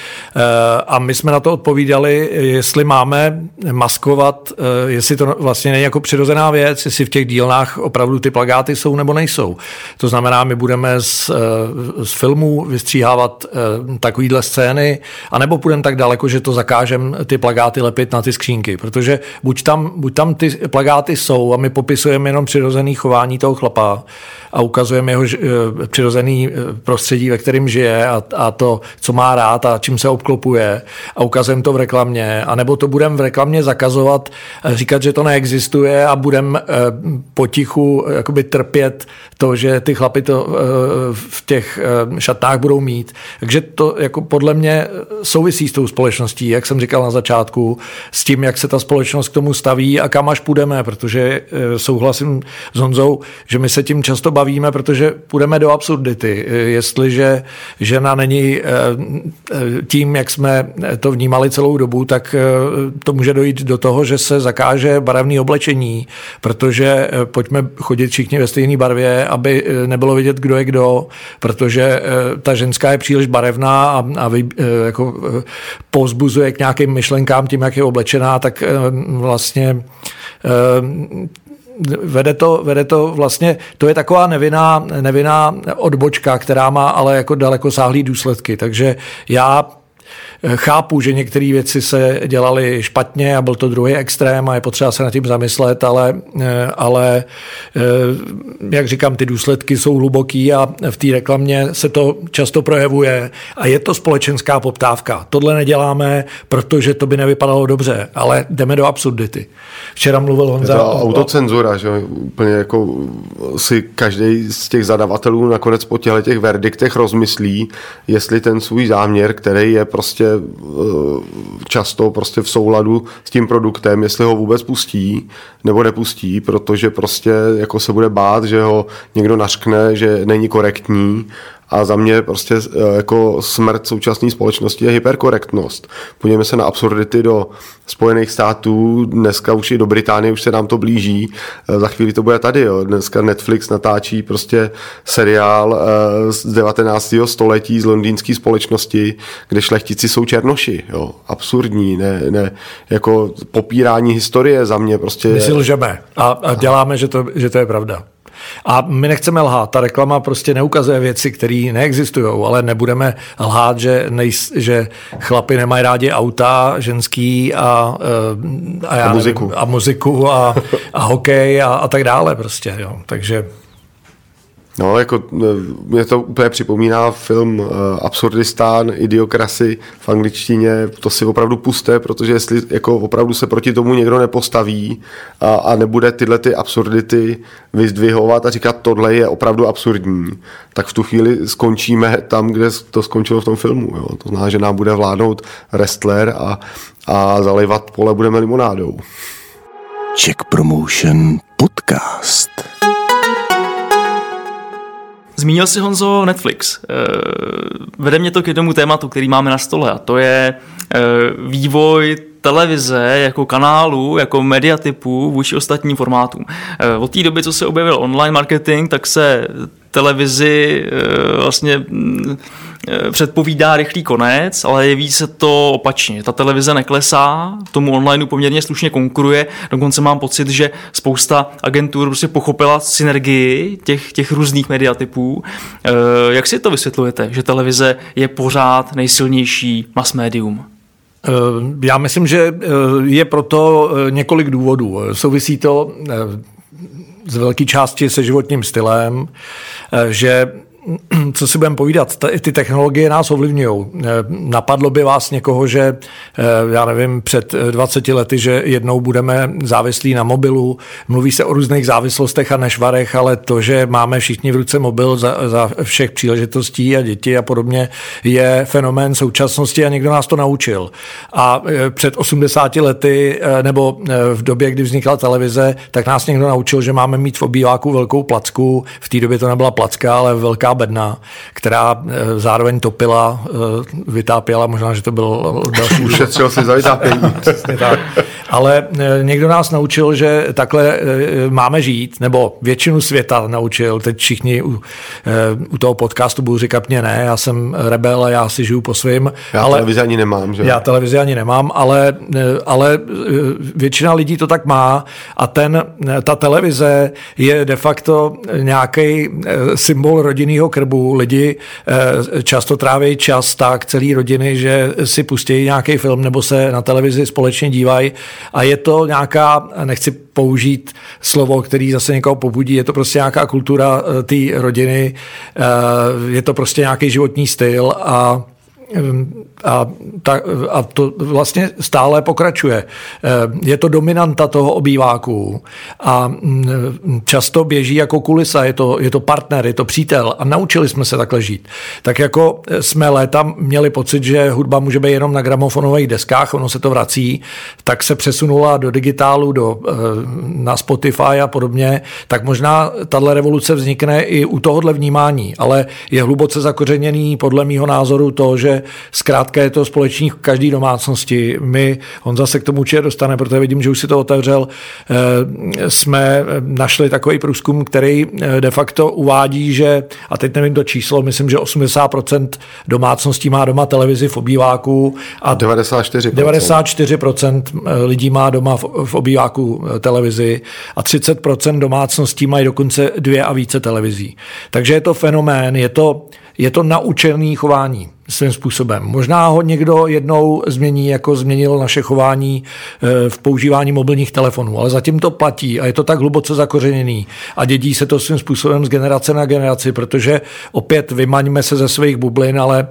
a my jsme na to odpovídali, jestli máme maskovat, jestli to vlastně není jako přirozená věc, jestli v těch dílnách opravdu ty plakáty jsou nebo nejsou. To znamená, my budeme z, z filmů vystříhávat takovýhle scény, anebo půjdeme tak daleko, že to zakážeme ty plakáty lepit na ty skřínky, protože buď tam, buď tam ty plakáty jsou a my popisujeme jenom přirozený chování toho chlapa a ukazujeme jeho přirozený prostředí, ve kterém žije a, a to, co má rád a čím se obklopuje a ukazujeme to v reklamě, anebo to budeme v reklamě zakazovat, říkat, že to neexistuje a budeme potichu jakoby trpět to, že ty chlapi to v těch šatnách budou mít. Takže to jako podle mě souvisí s tou společností, jak jsem říkal na začátku, s tím, jak se ta společnost k tomu staví a kam až půjdeme, protože souhlasím s Honzou, že my se tím často bavíme, protože půjdeme do absurdity. Jestliže žena není tím, jak jsme to vnímali celou dobu, tak to může dojít do toho, že se zakáže barevné oblečení, protože pojďme chodit všichni ve stejné barvě, aby nebylo vidět, kdo je kdo, protože ta ženská je příliš barevná a, a vy, jako povzbuzuje k nějakým myšlenkám tím, jak je oblečená, tak vlastně Vede to, vede to vlastně, to je taková nevinná, nevinná odbočka, která má ale jako dalekosáhlý důsledky, takže já chápu, že některé věci se dělaly špatně a byl to druhý extrém a je potřeba se nad tím zamyslet, ale, ale jak říkám, ty důsledky jsou hluboký a v té reklamě se to často projevuje a je to společenská poptávka. Tohle neděláme, protože to by nevypadalo dobře, ale jdeme do absurdity. Včera mluvil Honza... Je to autocenzura, že úplně jako si každý z těch zadavatelů nakonec po těchto těch verdiktech rozmyslí, jestli ten svůj záměr, který je prostě často prostě v souladu s tím produktem, jestli ho vůbec pustí nebo nepustí, protože prostě jako se bude bát, že ho někdo nařkne, že není korektní. A za mě prostě jako smrt současné společnosti je hyperkorektnost. Podívejme se na absurdity do Spojených států, dneska už i do Británie, už se nám to blíží, za chvíli to bude tady. Jo. Dneska Netflix natáčí prostě seriál z devatenáctého století z londýnské společnosti, kde šlechtici jsou černoši. Jo. Absurdní, ne, ne, jako popírání historie za mě prostě. My si lžeme a, a děláme, že to, že to je pravda. A my nechceme lhát, ta reklama prostě neukazuje věci, které neexistují, ale nebudeme lhát, že, nejs, že chlapi nemají rádi auta, ženský a, a, já a muziku, nevím, a, muziku a, a hokej a, a tak dále prostě, jo. Takže no, jako mě to úplně připomíná film Absurdistán, Idiokrasi v angličtině, to si opravdu pusťte, protože jestli jako opravdu se proti tomu někdo nepostaví a, a nebude tyhle ty absurdity vyzdvihovat a říkat, tohle je opravdu absurdní, tak v tu chvíli skončíme tam, kde to skončilo v tom filmu. Jo. To znamená, že nám bude vládnout wrestler a, a zalévat pole budeme limonádou. Czech Promotion Podcast. Zmínil si, Honzo, Netflix. Vede mě to k jednomu tématu, který máme na stole, a to je vývoj televize jako kanálu, jako mediatypu vůči ostatním formátům. Od té doby, co se objevil online marketing, tak se televizi vlastně předpovídá rychlý konec, ale jeví se to opačně. Ta televize neklesá, tomu onlineu poměrně slušně konkuruje, dokonce mám pocit, že spousta agentur prostě pochopila synergii těch, těch různých mediatypů. Jak si to vysvětlujete, že televize je pořád nejsilnější mass médium? Já myslím, že je proto několik důvodů. Souvisí to z velké části se životním stylem, že co si budeme povídat, ty technologie nás ovlivňují. Napadlo by vás někoho, že já nevím, před dvaceti lety, že jednou budeme závislí na mobilu, mluví se o různých závislostech a nešvarech, ale to, že máme všichni v ruce mobil za, za všech příležitostí a děti a podobně, je fenomén současnosti a někdo nás to naučil. A před osmdesáti lety, nebo v době, kdy vznikla televize, tak nás někdo naučil, že máme mít v obýváku velkou placku. V té době to nebyla placka, ale velká bedna, která zároveň topila, vytápěla, možná, že to byl další. Ušetřil si za vytápění. Přesně tak. Ale někdo nás naučil, že takhle máme žít, nebo většinu světa naučil. Teď všichni u, u toho podcastu budu říkat, mě ne, já jsem rebel a já si žiju po svým. Já ale, televizi ani nemám. Že? Já televizi ani nemám, ale, ale většina lidí to tak má a ten, ta televize je de facto nějaký symbol rodinného krbu. Lidi často tráví čas tak, celý rodiny, že si pustí nějaký film nebo se na televizi společně dívají a je to nějaká, nechci použít slovo, který zase někoho pobudí, je to prostě nějaká kultura té rodiny, je to prostě nějaký životní styl a A, ta, a to vlastně stále pokračuje. Je to dominanta toho obýváku a často běží jako kulisa, je to, je to partner, je to přítel a naučili jsme se takhle žít. Tak jako jsme léta měli pocit, že hudba může být jenom na gramofonových deskách, ono se to vrací, tak se přesunula do digitálu, do, na Spotify a podobně, tak možná tahle revoluce vznikne i u tohohle vnímání, ale je hluboce zakořeněný podle mýho názoru to, že zkrátka je to společný v každé domácnosti. My, on zase k tomu určitě dostane, protože vidím, že už si to otevřel, jsme našli takový průzkum, který de facto uvádí, že, a teď nevím to číslo, myslím, že osmdesát procent domácností má doma televizi v obýváku a devadesát čtyři procent. devadesát čtyři procent lidí má doma v obýváku televizi a třicet procent domácností mají dokonce dvě a více televizí. Takže je to fenomén, je to, je to naučený chování svým způsobem. Možná ho někdo jednou změní, jako změnil naše chování v používání mobilních telefonů, ale zatím to platí a je to tak hluboce zakořeněný a dědí se to svým způsobem z generace na generaci, protože opět vymaňme se ze svých bublin, ale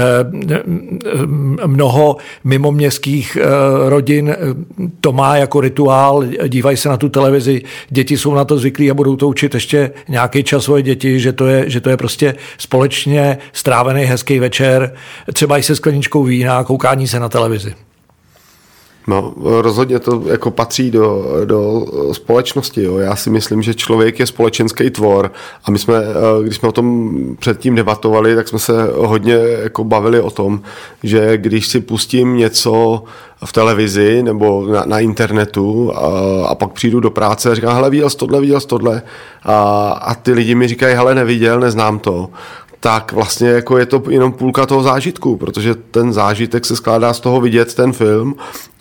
mnoho mimoměstských rodin to má jako rituál, dívají se na tu televizi, děti jsou na to zvyklí a budou to učit ještě nějaký čas svoje děti, že to je, že to je prostě společně strávený hezký večer, třeba i se skleničkou vína a koukání se na televizi. No, rozhodně to jako patří do, do společnosti. Jo. Já si myslím, že člověk je společenský tvor a my jsme, když jsme o tom předtím debatovali, tak jsme se hodně jako bavili o tom, že když si pustím něco v televizi nebo na, na internetu a, a pak přijdu do práce a říkám, hele, viděl jsi tohle, viděl jsi tohle a, a ty lidi mi říkají, hele, neviděl, neznám to, tak vlastně jako je to jenom půlka toho zážitku, protože ten zážitek se skládá z toho vidět ten film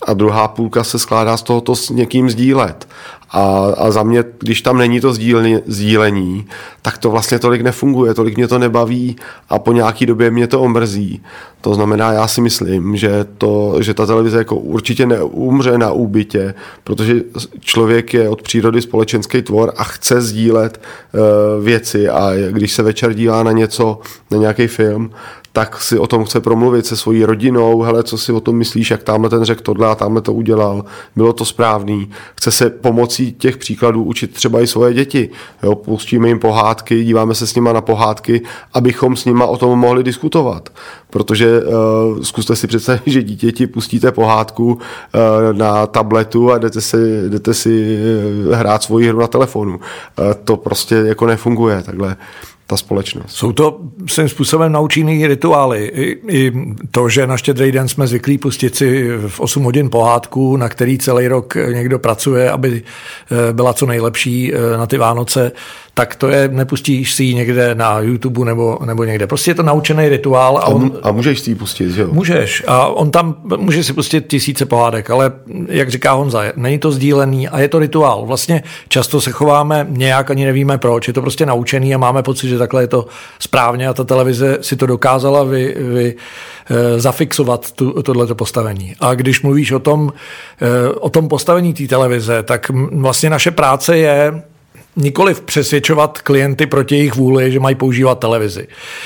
a druhá půlka se skládá z tohoto s někým sdílet. A, a za mě, když tam není to sdílení, sdílení, tak to vlastně tolik nefunguje, tolik mě to nebaví a po nějaký době mě to omrzí. To znamená, já si myslím, že, to, že ta televize jako určitě neumře na úbytě, protože člověk je od přírody společenský tvor a chce sdílet uh, věci a když se večer dívá na něco, na nějaký film, tak si o tom chce promluvit se svojí rodinou, hele, co si o tom myslíš, jak tamhle ten řekl tohle a tamhle to udělal, bylo to správný. Chce se pomocí těch příkladů učit třeba i svoje děti. Jo, pustíme jim pohádky, díváme se s nima na pohádky, abychom s nima o tom mohli diskutovat. Protože uh, zkuste si představit, že dítěti pustíte pohádku uh, na tabletu a jdete si, jdete si hrát svoji hru na telefonu. Uh, to prostě jako nefunguje takhle. Ta společnost. Jsou to svým způsobem naučený rituály. I, I to, že na Štědrý den jsme zvyklí pustit si v osm hodin pohádku, na který celý rok někdo pracuje, aby byla co nejlepší na ty Vánoce, tak to je, nepustíš si ji někde na YouTube nebo, nebo někde. Prostě je to naučený rituál. A, on, a můžeš si ji pustit, že jo? Můžeš. A on tam může si pustit tisíce pohádek, ale jak říká Honza, není to sdílený a je to rituál. Vlastně často se chováme nějak, ani nevíme proč. Je to prostě naučený a máme pocit, že takhle je to správně a ta televize si to dokázala vy, vy, zafixovat tu, tohleto postavení. A když mluvíš o tom, o tom postavení té televize, tak vlastně naše práce je nikoliv přesvědčovat klienty proti jejich vůli, že mají používat televizi.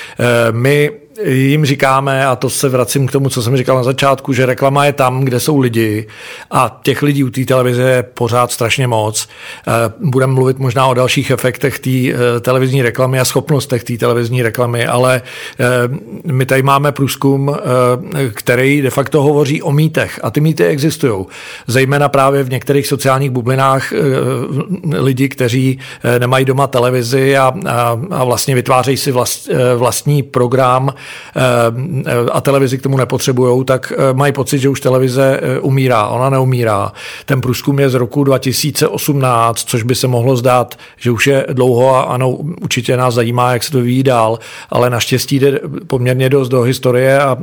My jim říkáme, a to se vracím k tomu, co jsem říkal na začátku, že reklama je tam, kde jsou lidi a těch lidí u té televize je pořád strašně moc. Budeme mluvit možná o dalších efektech té televizní reklamy a schopnostech té televizní reklamy, ale my tady máme průzkum, který de facto hovoří o mýtech a ty mýty existují. Zejména právě v některých sociálních bublinách lidi, kteří nemají doma televizi a, a, a vlastně vytvářejí si vlast, vlastní program a televizi k tomu nepotřebujou, tak mají pocit, že už televize umírá. Ona neumírá. Ten průzkum je z roku dva tisíce osmnáct, což by se mohlo zdát, že už je dlouho a ano, určitě nás zajímá, jak se to vyvíjí dál, ale naštěstí jde poměrně dost do historie a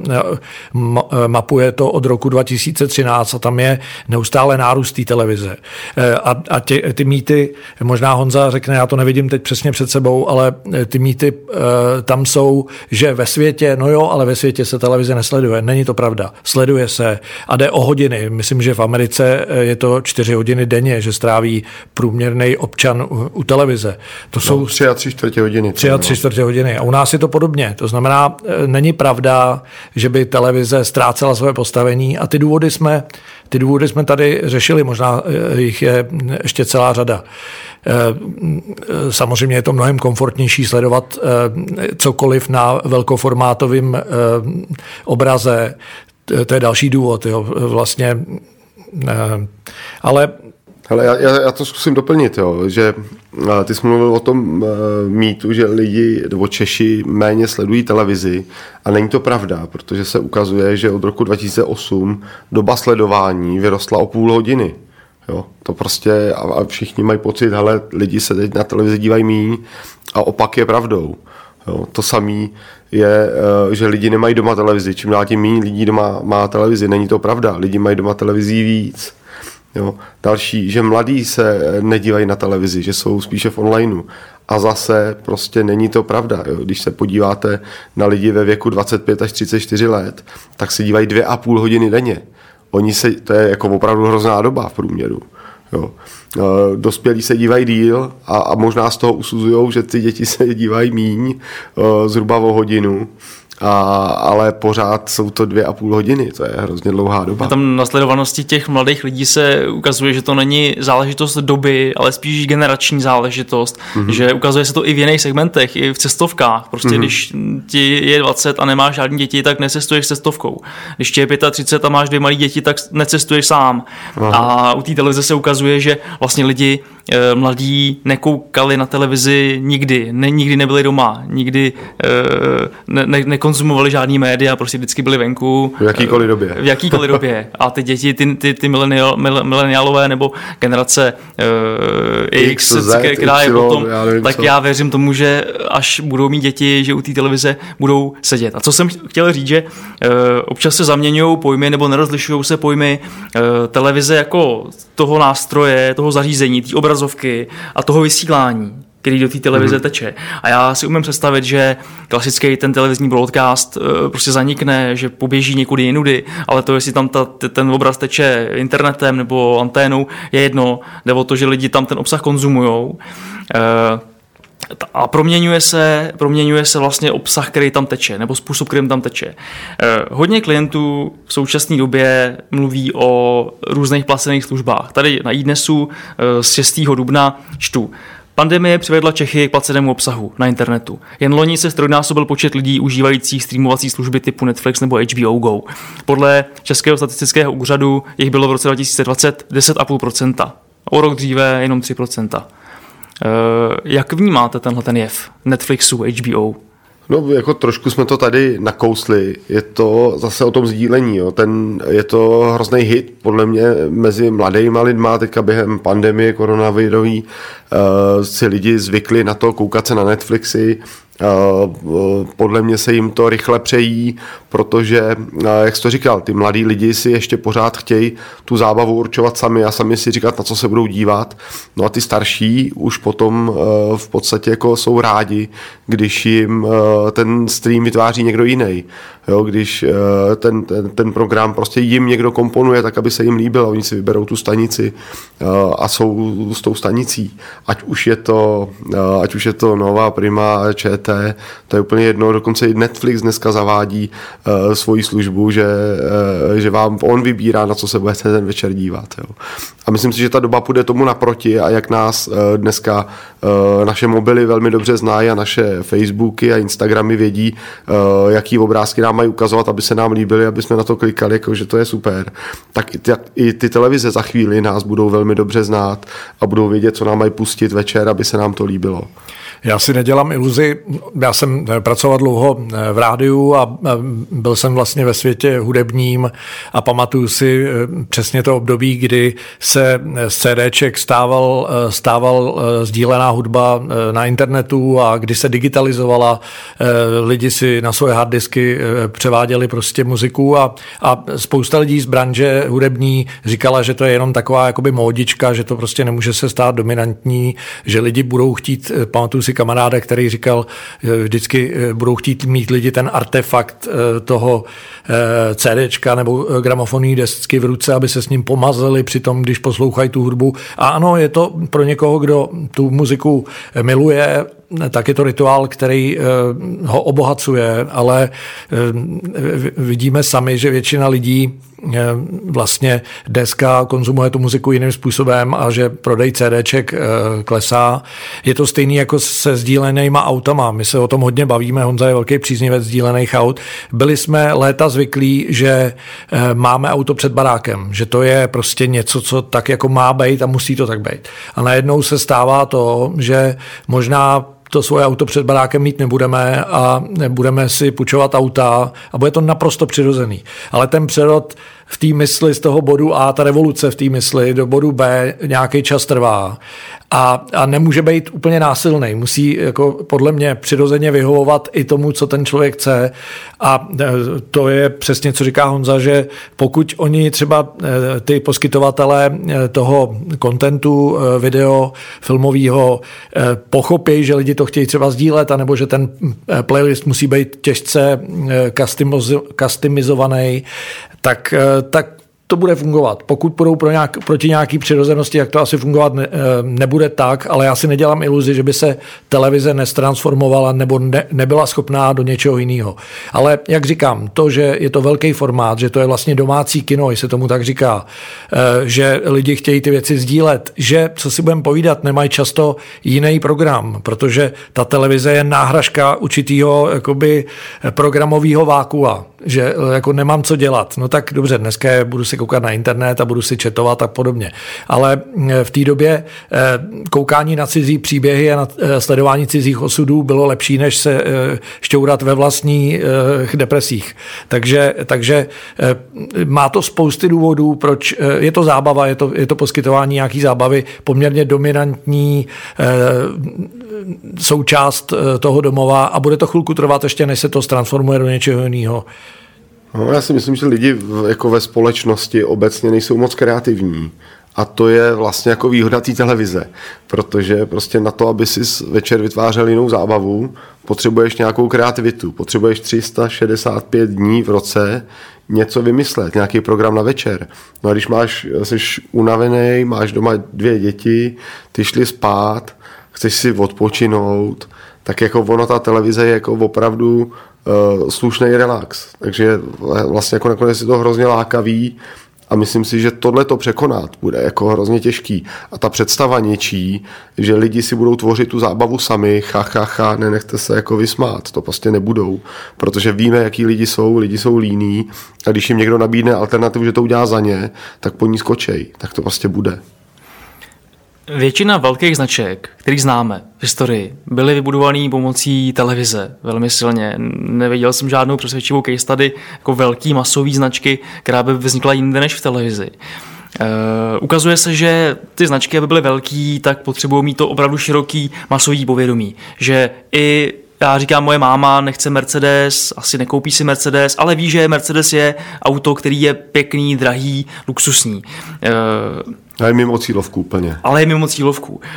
mapuje to od roku dva tisíce třináct a tam je neustále nárůst té televize. A, a tě, ty mýty, možná Honza řekne, já to nevidím teď přesně před sebou, ale ty mýty tam jsou, že ve světě, no jo, ale ve světě se televize nesleduje. Není to pravda. Sleduje se a jde o hodiny. Myslím, že v Americe je to čtyři hodiny denně, že stráví průměrný občan u, u televize. To no, jsou tři a tři čtvrtě hodiny. Tři a tři čtvrtě hodiny. A u nás je to podobně. To znamená, není pravda, že by televize ztrácela své postavení a ty důvody jsme, ty důvody jsme tady řešili. Možná jich je ještě celá řada. Samozřejmě je to mnohem komfortnější sledovat cokoliv na velkoformátovém obraze. To je další důvod. Jo. Vlastně, ale Hele, já, já, já to zkusím doplnit, jo, že ty jsi mluvil o tom uh, mýtu, že lidi nebo Češi méně sledují televizi a není to pravda, protože se ukazuje, že od roku dva tisíce osm doba sledování vyrostla o půl hodiny. Jo, to prostě a, a všichni mají pocit, hele, lidi se teď na televizi dívají míň a opak je pravdou. Jo, to samý je, uh, že lidi nemají doma televizi, čím dál tím míň lidí doma má televizi, není to pravda, lidi mají doma televizi víc. Jo. Další, že mladí se nedívají na televizi, že jsou spíše v onlineu. A zase prostě není to pravda. Jo. Když se podíváte na lidi ve věku dvacet pět až třicet čtyři let, tak se dívají dvě a půl hodiny denně. Oni se, to je jako opravdu hrozná doba v průměru. Jo. Dospělí se dívají díl a, a možná z toho usuzujou, že ty děti se dívají míň, zhruba o hodinu. A, ale pořád jsou to dvě a půl hodiny, to je hrozně dlouhá doba. A tam na sledovanosti těch mladých lidí se ukazuje, že to není záležitost doby, ale spíš generační záležitost, mm-hmm. že ukazuje se to i v jiných segmentech, i v cestovkách. Prostě mm-hmm. když ti je dvacet a nemáš žádný děti, tak necestuješ cestovkou. Když ti je třicet pět a máš dvě malé děti, tak necestuješ sám. Aha. A u té televize se ukazuje, že vlastně lidi mladí nekoukali na televizi nikdy, ne, nikdy nebyli doma, nikdy ne, ne, nekonzumovali žádný média, prostě vždycky byli venku. V jakýkoliv době. V jakýkoliv době. A ty děti, ty, ty, ty milenial, mileniálové nebo generace uh, X, X Z, která je potom, já nevím, tak co. já věřím tomu, že až budou mít děti, že u té televize budou sedět. A co jsem chtěl říct, že uh, občas se zaměňují pojmy nebo nerozlišují se pojmy uh, televize jako toho nástroje, toho zařízení, té obrazovky a toho vysílání, který do té televize mm. teče. A já si umím představit, že klasický ten televizní broadcast uh, prostě zanikne, že poběží někudy jinudy, ale to, jestli tam ta, ten obraz teče internetem nebo anténou, je jedno. Jde o to, že lidi tam ten obsah konzumujou. Uh, a proměňuje se, proměňuje se vlastně obsah, který tam teče, nebo způsob, kterým tam teče. Eh, hodně klientů v současné době mluví o různých placených službách. Tady na iDnesu eh, z šestého dubna čtu. Pandemie přivedla Čechy k placenému obsahu na internetu. Jen loni se strojnásobil počet lidí užívajících streamovací služby typu Netflix nebo H B O Go. Podle Českého statistického úřadu jich bylo v roce dva tisíce dvacet deset celá pět procenta. O rok dříve jenom tři procenta. Uh, jak vnímáte tenhle ten jev Netflixu, H B O? No, jako trošku jsme to tady nakousli. Je to zase o tom sdílení. Jo. Ten, je to hrozný hit, podle mě, mezi mladýma lidma. Teďka během pandemie koronavirový uh, si lidi zvykli na to koukat se na Netflixy. Uh, podle mě se jim to rychle přejí, protože, uh, jak jsi to říkal, ty mladí lidi si ještě pořád chtějí tu zábavu určovat sami a sami si říkat, na co se budou dívat. No a ty starší už potom uh, v podstatě jako jsou rádi, když jim uh, ten stream vytváří někdo jiný. Jo, když uh, ten, ten, ten program prostě jim někdo komponuje, tak aby se jim líbil, oni si vyberou tu stanici uh, a jsou s tou stanicí. Ať už je to, uh, ať už je to Nova, Prima, ČT, to je úplně jedno, dokonce i Netflix dneska zavádí uh, svoji službu, že, uh, že vám on vybírá, na co se budete ten večer dívat. Jo. A myslím si, že ta doba půjde tomu naproti a jak nás uh, dneska uh, naše mobily velmi dobře znají a naše Facebooky a Instagramy vědí, uh, jaký obrázky nám mají ukazovat, aby se nám líbily, aby jsme na to klikali, jako, že to je super. Tak i ty, i ty televize za chvíli nás budou velmi dobře znát a budou vědět, co nám mají pustit večer, aby se nám to líbilo. Já si nedělám iluzi, já jsem pracoval dlouho v rádiu a byl jsem vlastně ve světě hudebním a pamatuju si přesně to období, kdy se z CDček stával, stával sdílená hudba na internetu a kdy se digitalizovala, lidi si na svoje harddisky převáděli prostě muziku a, a spousta lidí z branže hudební říkala, že to je jenom taková jakoby módička, že to prostě nemůže se stát dominantní, že lidi budou chtít, pamatuju si kamaráda, který říkal, že vždycky budou chtít mít lidi ten artefakt toho CDčka nebo gramofonní desky v ruce, aby se s ním pomazali při tom, když poslouchají tu hudbu. A ano, je to pro někoho, kdo tu muziku miluje, tak je to rituál, který ho obohacuje, ale vidíme sami, že většina lidí vlastně dneska konzumuje tu muziku jiným způsobem a že prodej CDček klesá. Je to stejný jako se sdílenýma autama. My se o tom hodně bavíme, Honza je velký příznivec sdílených aut. Byli jsme léta zvyklí, že máme auto před barákem, že to je prostě něco, co tak jako má být a musí to tak být. A najednou se stává to, že možná to svoje auto před barákem mít nebudeme a budeme si půjčovat auta a bude to naprosto přirozený. Ale ten přerod v té mysli z toho bodu A, ta revoluce v té mysli do bodu B nějaký čas trvá a, a nemůže být úplně násilný. Musí jako podle mě přirozeně vyhovovat i tomu, co ten člověk chce a to je přesně, co říká Honza, že pokud oni třeba ty poskytovatelé toho kontentu video filmového pochopí, že lidi to chtějí třeba sdílet, anebo že ten playlist musí být těžce customizovaný, tak, tak to bude fungovat. Pokud půjdou pro nějak, proti nějaký přirozenosti, jak to asi fungovat ne, nebude tak, ale já si nedělám iluzi, že by se televize nestransformovala nebo ne, nebyla schopná do něčeho jiného. Ale jak říkám, to, že je to velký formát, že to je vlastně domácí kino, se tomu tak říká, že lidi chtějí ty věci sdílet, že, co si budeme povídat, nemají často jiný program, protože ta televize je náhražka určitýho jakoby programového vákua. že jako nemám co dělat. No tak dobře, dneska budu si koukat na internet a budu si četovat a podobně. Ale v té době koukání na cizí příběhy a na sledování cizích osudů bylo lepší, než se šťourat ve vlastních depresích. Takže, takže má to spousty důvodů, proč je to zábava, je to, je to poskytování nějaký zábavy, poměrně dominantní součást toho domova a bude to chvilku trvat ještě, než se to transformuje do něčeho jiného. No, já si myslím, že lidi jako ve společnosti obecně nejsou moc kreativní. A to je vlastně jako výhoda té televize, protože prostě na to, aby si večer vytvářel jinou zábavu, potřebuješ nějakou kreativitu, potřebuješ tři sta šedesát pět dní v roce něco vymyslet, nějaký program na večer. No a když máš, jsi unavený, máš doma dvě děti, ty šli spát, chceš si odpočinout, tak jako ono, ta televize je jako opravdu uh, slušný relax. Takže vlastně jako nakonec je to hrozně lákavý a myslím si, že tohle to překonat bude jako hrozně těžký. A ta představa něčí, že lidi si budou tvořit tu zábavu sami, cha, cha, cha, nenechte se jako vysmát, to prostě nebudou. Protože víme, jaký lidi jsou, lidi jsou líní a když jim někdo nabídne alternativu, že to udělá za ně, tak po ní skočej, tak to prostě bude. Většina velkých značek, kterých známe v historii, byly vybudovaný pomocí televize velmi silně. Neviděl jsem žádnou přesvědčivou case study jako velký masový značky, která by vznikla jinde než v televizi. Uh, ukazuje se, že ty značky, aby byly velký, tak potřebují mít to opravdu široký masový povědomí. Že i já říkám, moje máma nechce Mercedes, asi nekoupí si Mercedes, ale ví, že Mercedes je auto, který je pěkný, drahý, luxusní. Uh, ale je mimo cílovku úplně. Ale je mimo cílovku. Uh,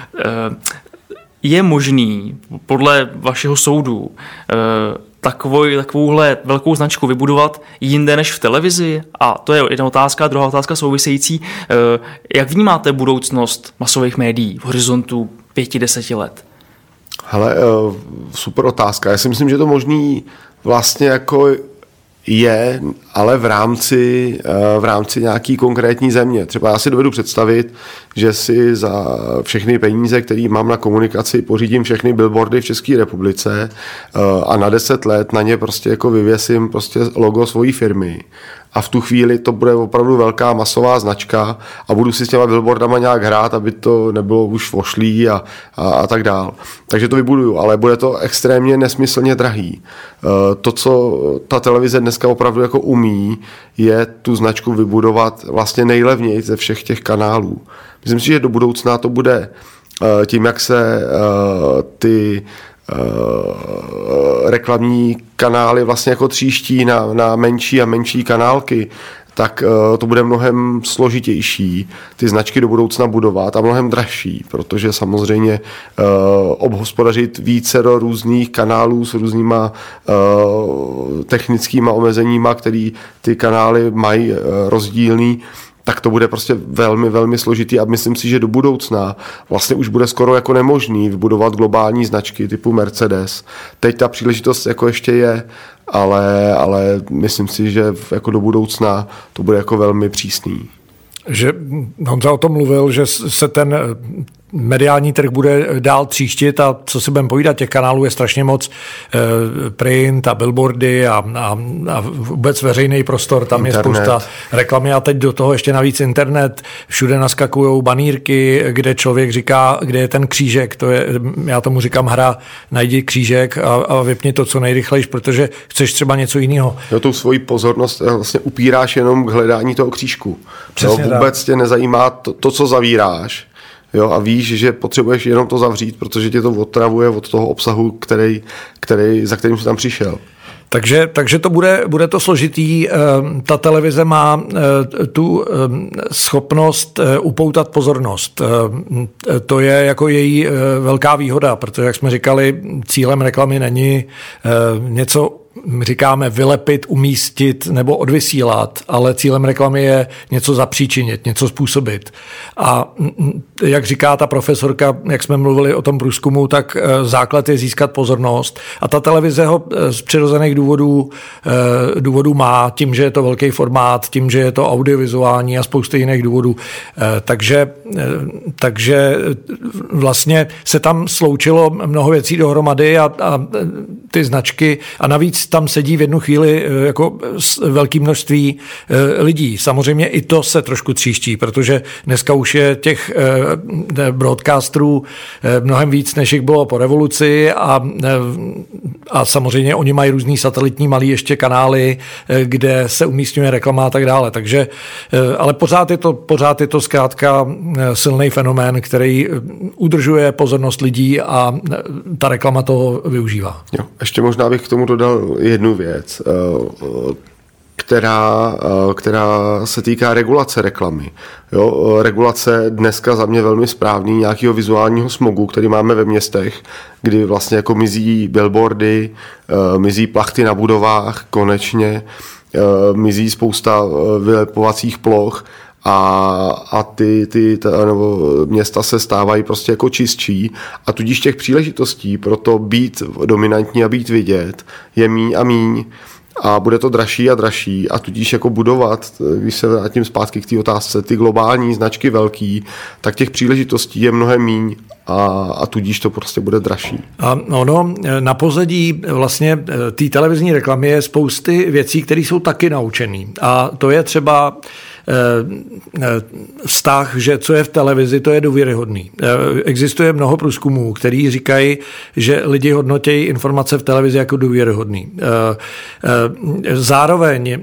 je možný, podle vašeho soudu, uh, takovou, takovouhle velkou značku vybudovat jinde než v televizi? A to je jedna otázka, druhá otázka související. Uh, jak vnímáte budoucnost masových médií v horizontu pěti, deseti let? Hele, super otázka. Já si myslím, že to možný vlastně jako je, ale v rámci, v rámci nějaký konkrétní země. Třeba já si dovedu představit, že si za všechny peníze, které mám na komunikaci, pořídím všechny billboardy v České republice a na deset let na ně prostě jako vyvěsím prostě logo svojí firmy. A v tu chvíli to bude opravdu velká masová značka a budu si s těma billboardama nějak hrát, aby to nebylo už vošlý a, a, a tak dál. Takže to vybuduju, ale bude to extrémně nesmyslně drahý. To, co ta televize dneska opravdu jako umí, je tu značku vybudovat vlastně nejlevněji ze všech těch kanálů. Myslím si, že do budoucna to bude tím, jak se ty reklamní kanály vlastně jako tříští na, na menší a menší kanálky, tak uh, to bude mnohem složitější ty značky do budoucna budovat a mnohem dražší, protože samozřejmě uh, obhospodařit více do různých kanálů s různýma uh, technickýma omezeníma, který ty kanály mají uh, rozdílný, tak to bude prostě velmi, velmi složitý a myslím si, že do budoucna vlastně už bude skoro jako nemožný vybudovat globální značky typu Mercedes. Teď ta příležitost jako ještě je, ale, ale myslím si, že jako do budoucna to bude jako velmi přísný. Že Honza o tom mluvil, že se ten mediální trh bude dál tříštit a co si budeme povídat, těch kanálů je strašně moc, print a billboardy a, a, a vůbec veřejný prostor, tam internet. Je spousta reklamy a teď do toho ještě navíc internet, všude naskakujou banírky, kde člověk říká, kde je ten křížek, to je, já tomu říkám hra, najdi křížek a, a vypni to co nejrychlejš, protože chceš třeba něco jiného. Jo, tu svoji pozornost vlastně upíráš jenom k hledání toho křížku. Přesně, jo, vůbec tak. Tě nezajímá to, to, co zavíráš. Jo, a víš, že potřebuješ jenom to zavřít, protože tě to otravuje od toho obsahu, který, který, za kterým jsi tam přišel. Takže, takže to bude, bude to složitý. Ta televize má tu schopnost upoutat pozornost. To je jako její velká výhoda, protože, jak jsme říkali, cílem reklamy není něco, říkáme, vylepit, umístit nebo odvysílat, ale cílem reklamy je něco zapříčinit, něco způsobit. A jak říká ta profesorka, jak jsme mluvili o tom průzkumu, tak základ je získat pozornost. A ta televize ho z přirozených důvodů, důvodů má, tím, že je to velký formát, tím, že je to audiovizuální a spousty jiných důvodů. Takže, takže vlastně se tam sloučilo mnoho věcí dohromady a, a ty značky a navíc navíc tam sedí v jednu chvíli jako velké množství lidí. Samozřejmě i to se trošku tříští, protože dneska už je těch broadcasterů mnohem víc, než jich bylo po revoluci a, a samozřejmě oni mají různý satelitní malý ještě kanály, kde se umístňuje reklama a tak dále. Takže, ale pořád je to, pořád je to zkrátka silný fenomén, který udržuje pozornost lidí a ta reklama toho využívá. Jo, ještě možná bych k tomu dodal jednu věc, která, která se týká regulace reklamy. Jo, regulace dneska za mě velmi správný nějakého vizuálního smogu, který máme ve městech, kdy vlastně jako mizí billboardy, mizí plachty na budovách konečně, mizí spousta vylepovacích ploch, a, a ty, ty ta, nebo města se stávají prostě jako čistší a tudíž těch příležitostí pro to být dominantní a být vidět je míň a míň a bude to dražší a dražší a tudíž jako budovat, když se vrátím zpátky k té otázce, ty globální značky velký, tak těch příležitostí je mnohem míň a, a tudíž to prostě bude dražší. A ono, na pozadí vlastně té televizní reklamy je spousty věcí, které jsou taky naučený a to je třeba vztah, že co je v televizi, to je důvěryhodný. Existuje mnoho průzkumů, který říkají, že lidi hodnotějí informace v televizi jako důvěryhodný. Zároveň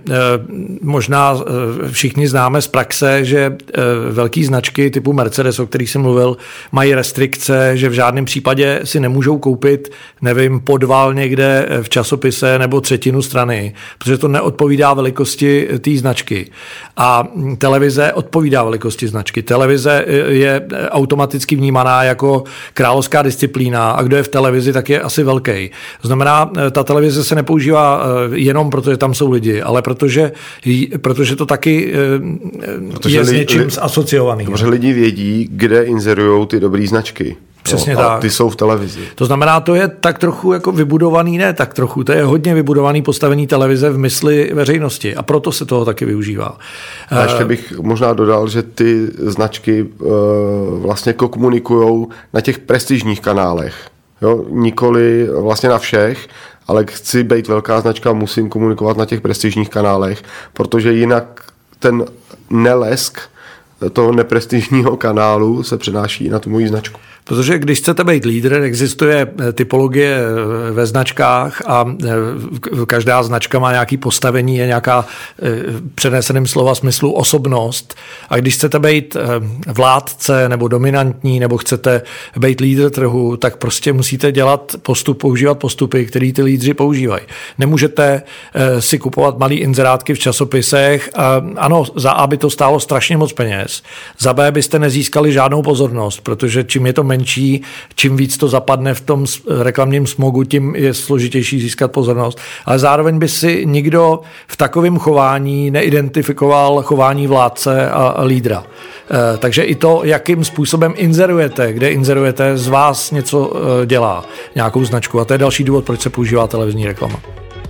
možná všichni známe z praxe, že velký značky typu Mercedes, o kterých jsem mluvil, mají restrikce, že v žádném případě si nemůžou koupit, nevím, podval někde v časopise nebo třetinu strany, protože to neodpovídá velikosti té značky. A televize odpovídá velikosti značky. Televize je automaticky vnímaná jako královská disciplína a kdo je v televizi, tak je asi velký. To znamená, ta televize se nepoužívá jenom proto, že tam jsou lidi, ale protože, protože to taky protože je li, s něčím li, asociovaný. Protože lidi vědí, kde inzerujou ty dobrý značky. Přesně no, tak. A ty jsou v televizi. To znamená, to je tak trochu jako vybudovaný, ne tak trochu, to je hodně vybudovaný postavení televize v mysli veřejnosti a proto se toho taky využívá. A ještě bych možná dodal, že ty značky uh, vlastně komunikujou na těch prestižních kanálech. Jo? Nikoli vlastně na všech, ale chci být velká značka, musím komunikovat na těch prestižních kanálech, protože jinak ten nelesk toho neprestižního kanálu se přenáší na tu moji značku. Protože když chcete být lídr, existuje typologie ve značkách a každá značka má nějaké postavení, je nějaká přeneseným slova smyslu osobnost. A když chcete být vládce nebo dominantní, nebo chcete být lídr trhu, tak prostě musíte dělat postup, používat postupy, které ty lídři používají. Nemůžete si kupovat malý inzerátky v časopisech. Ano, za A by to stálo strašně moc peněz. Za B byste nezískali žádnou pozornost, protože čím je to menší, čím víc to zapadne v tom reklamním smogu, tím je složitější získat pozornost. Ale zároveň by si nikdo v takovém chování neidentifikoval chování vládce a lídra. Takže i to, jakým způsobem inzerujete, kde inzerujete, z vás něco dělá, nějakou značku. A to je další důvod, proč se používá televizní reklama.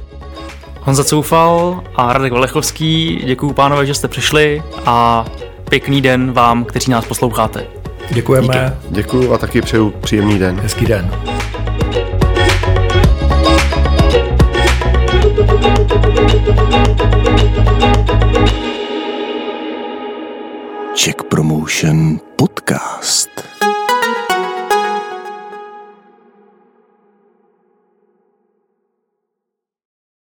Honza Coufal a Radek Valechovský, děkuju pánové, že jste přišli a pěkný den vám, kteří nás posloucháte. Děkujeme. Děkuju a taky přeju příjemný den. Hezký den. Czech Promotion Podcast.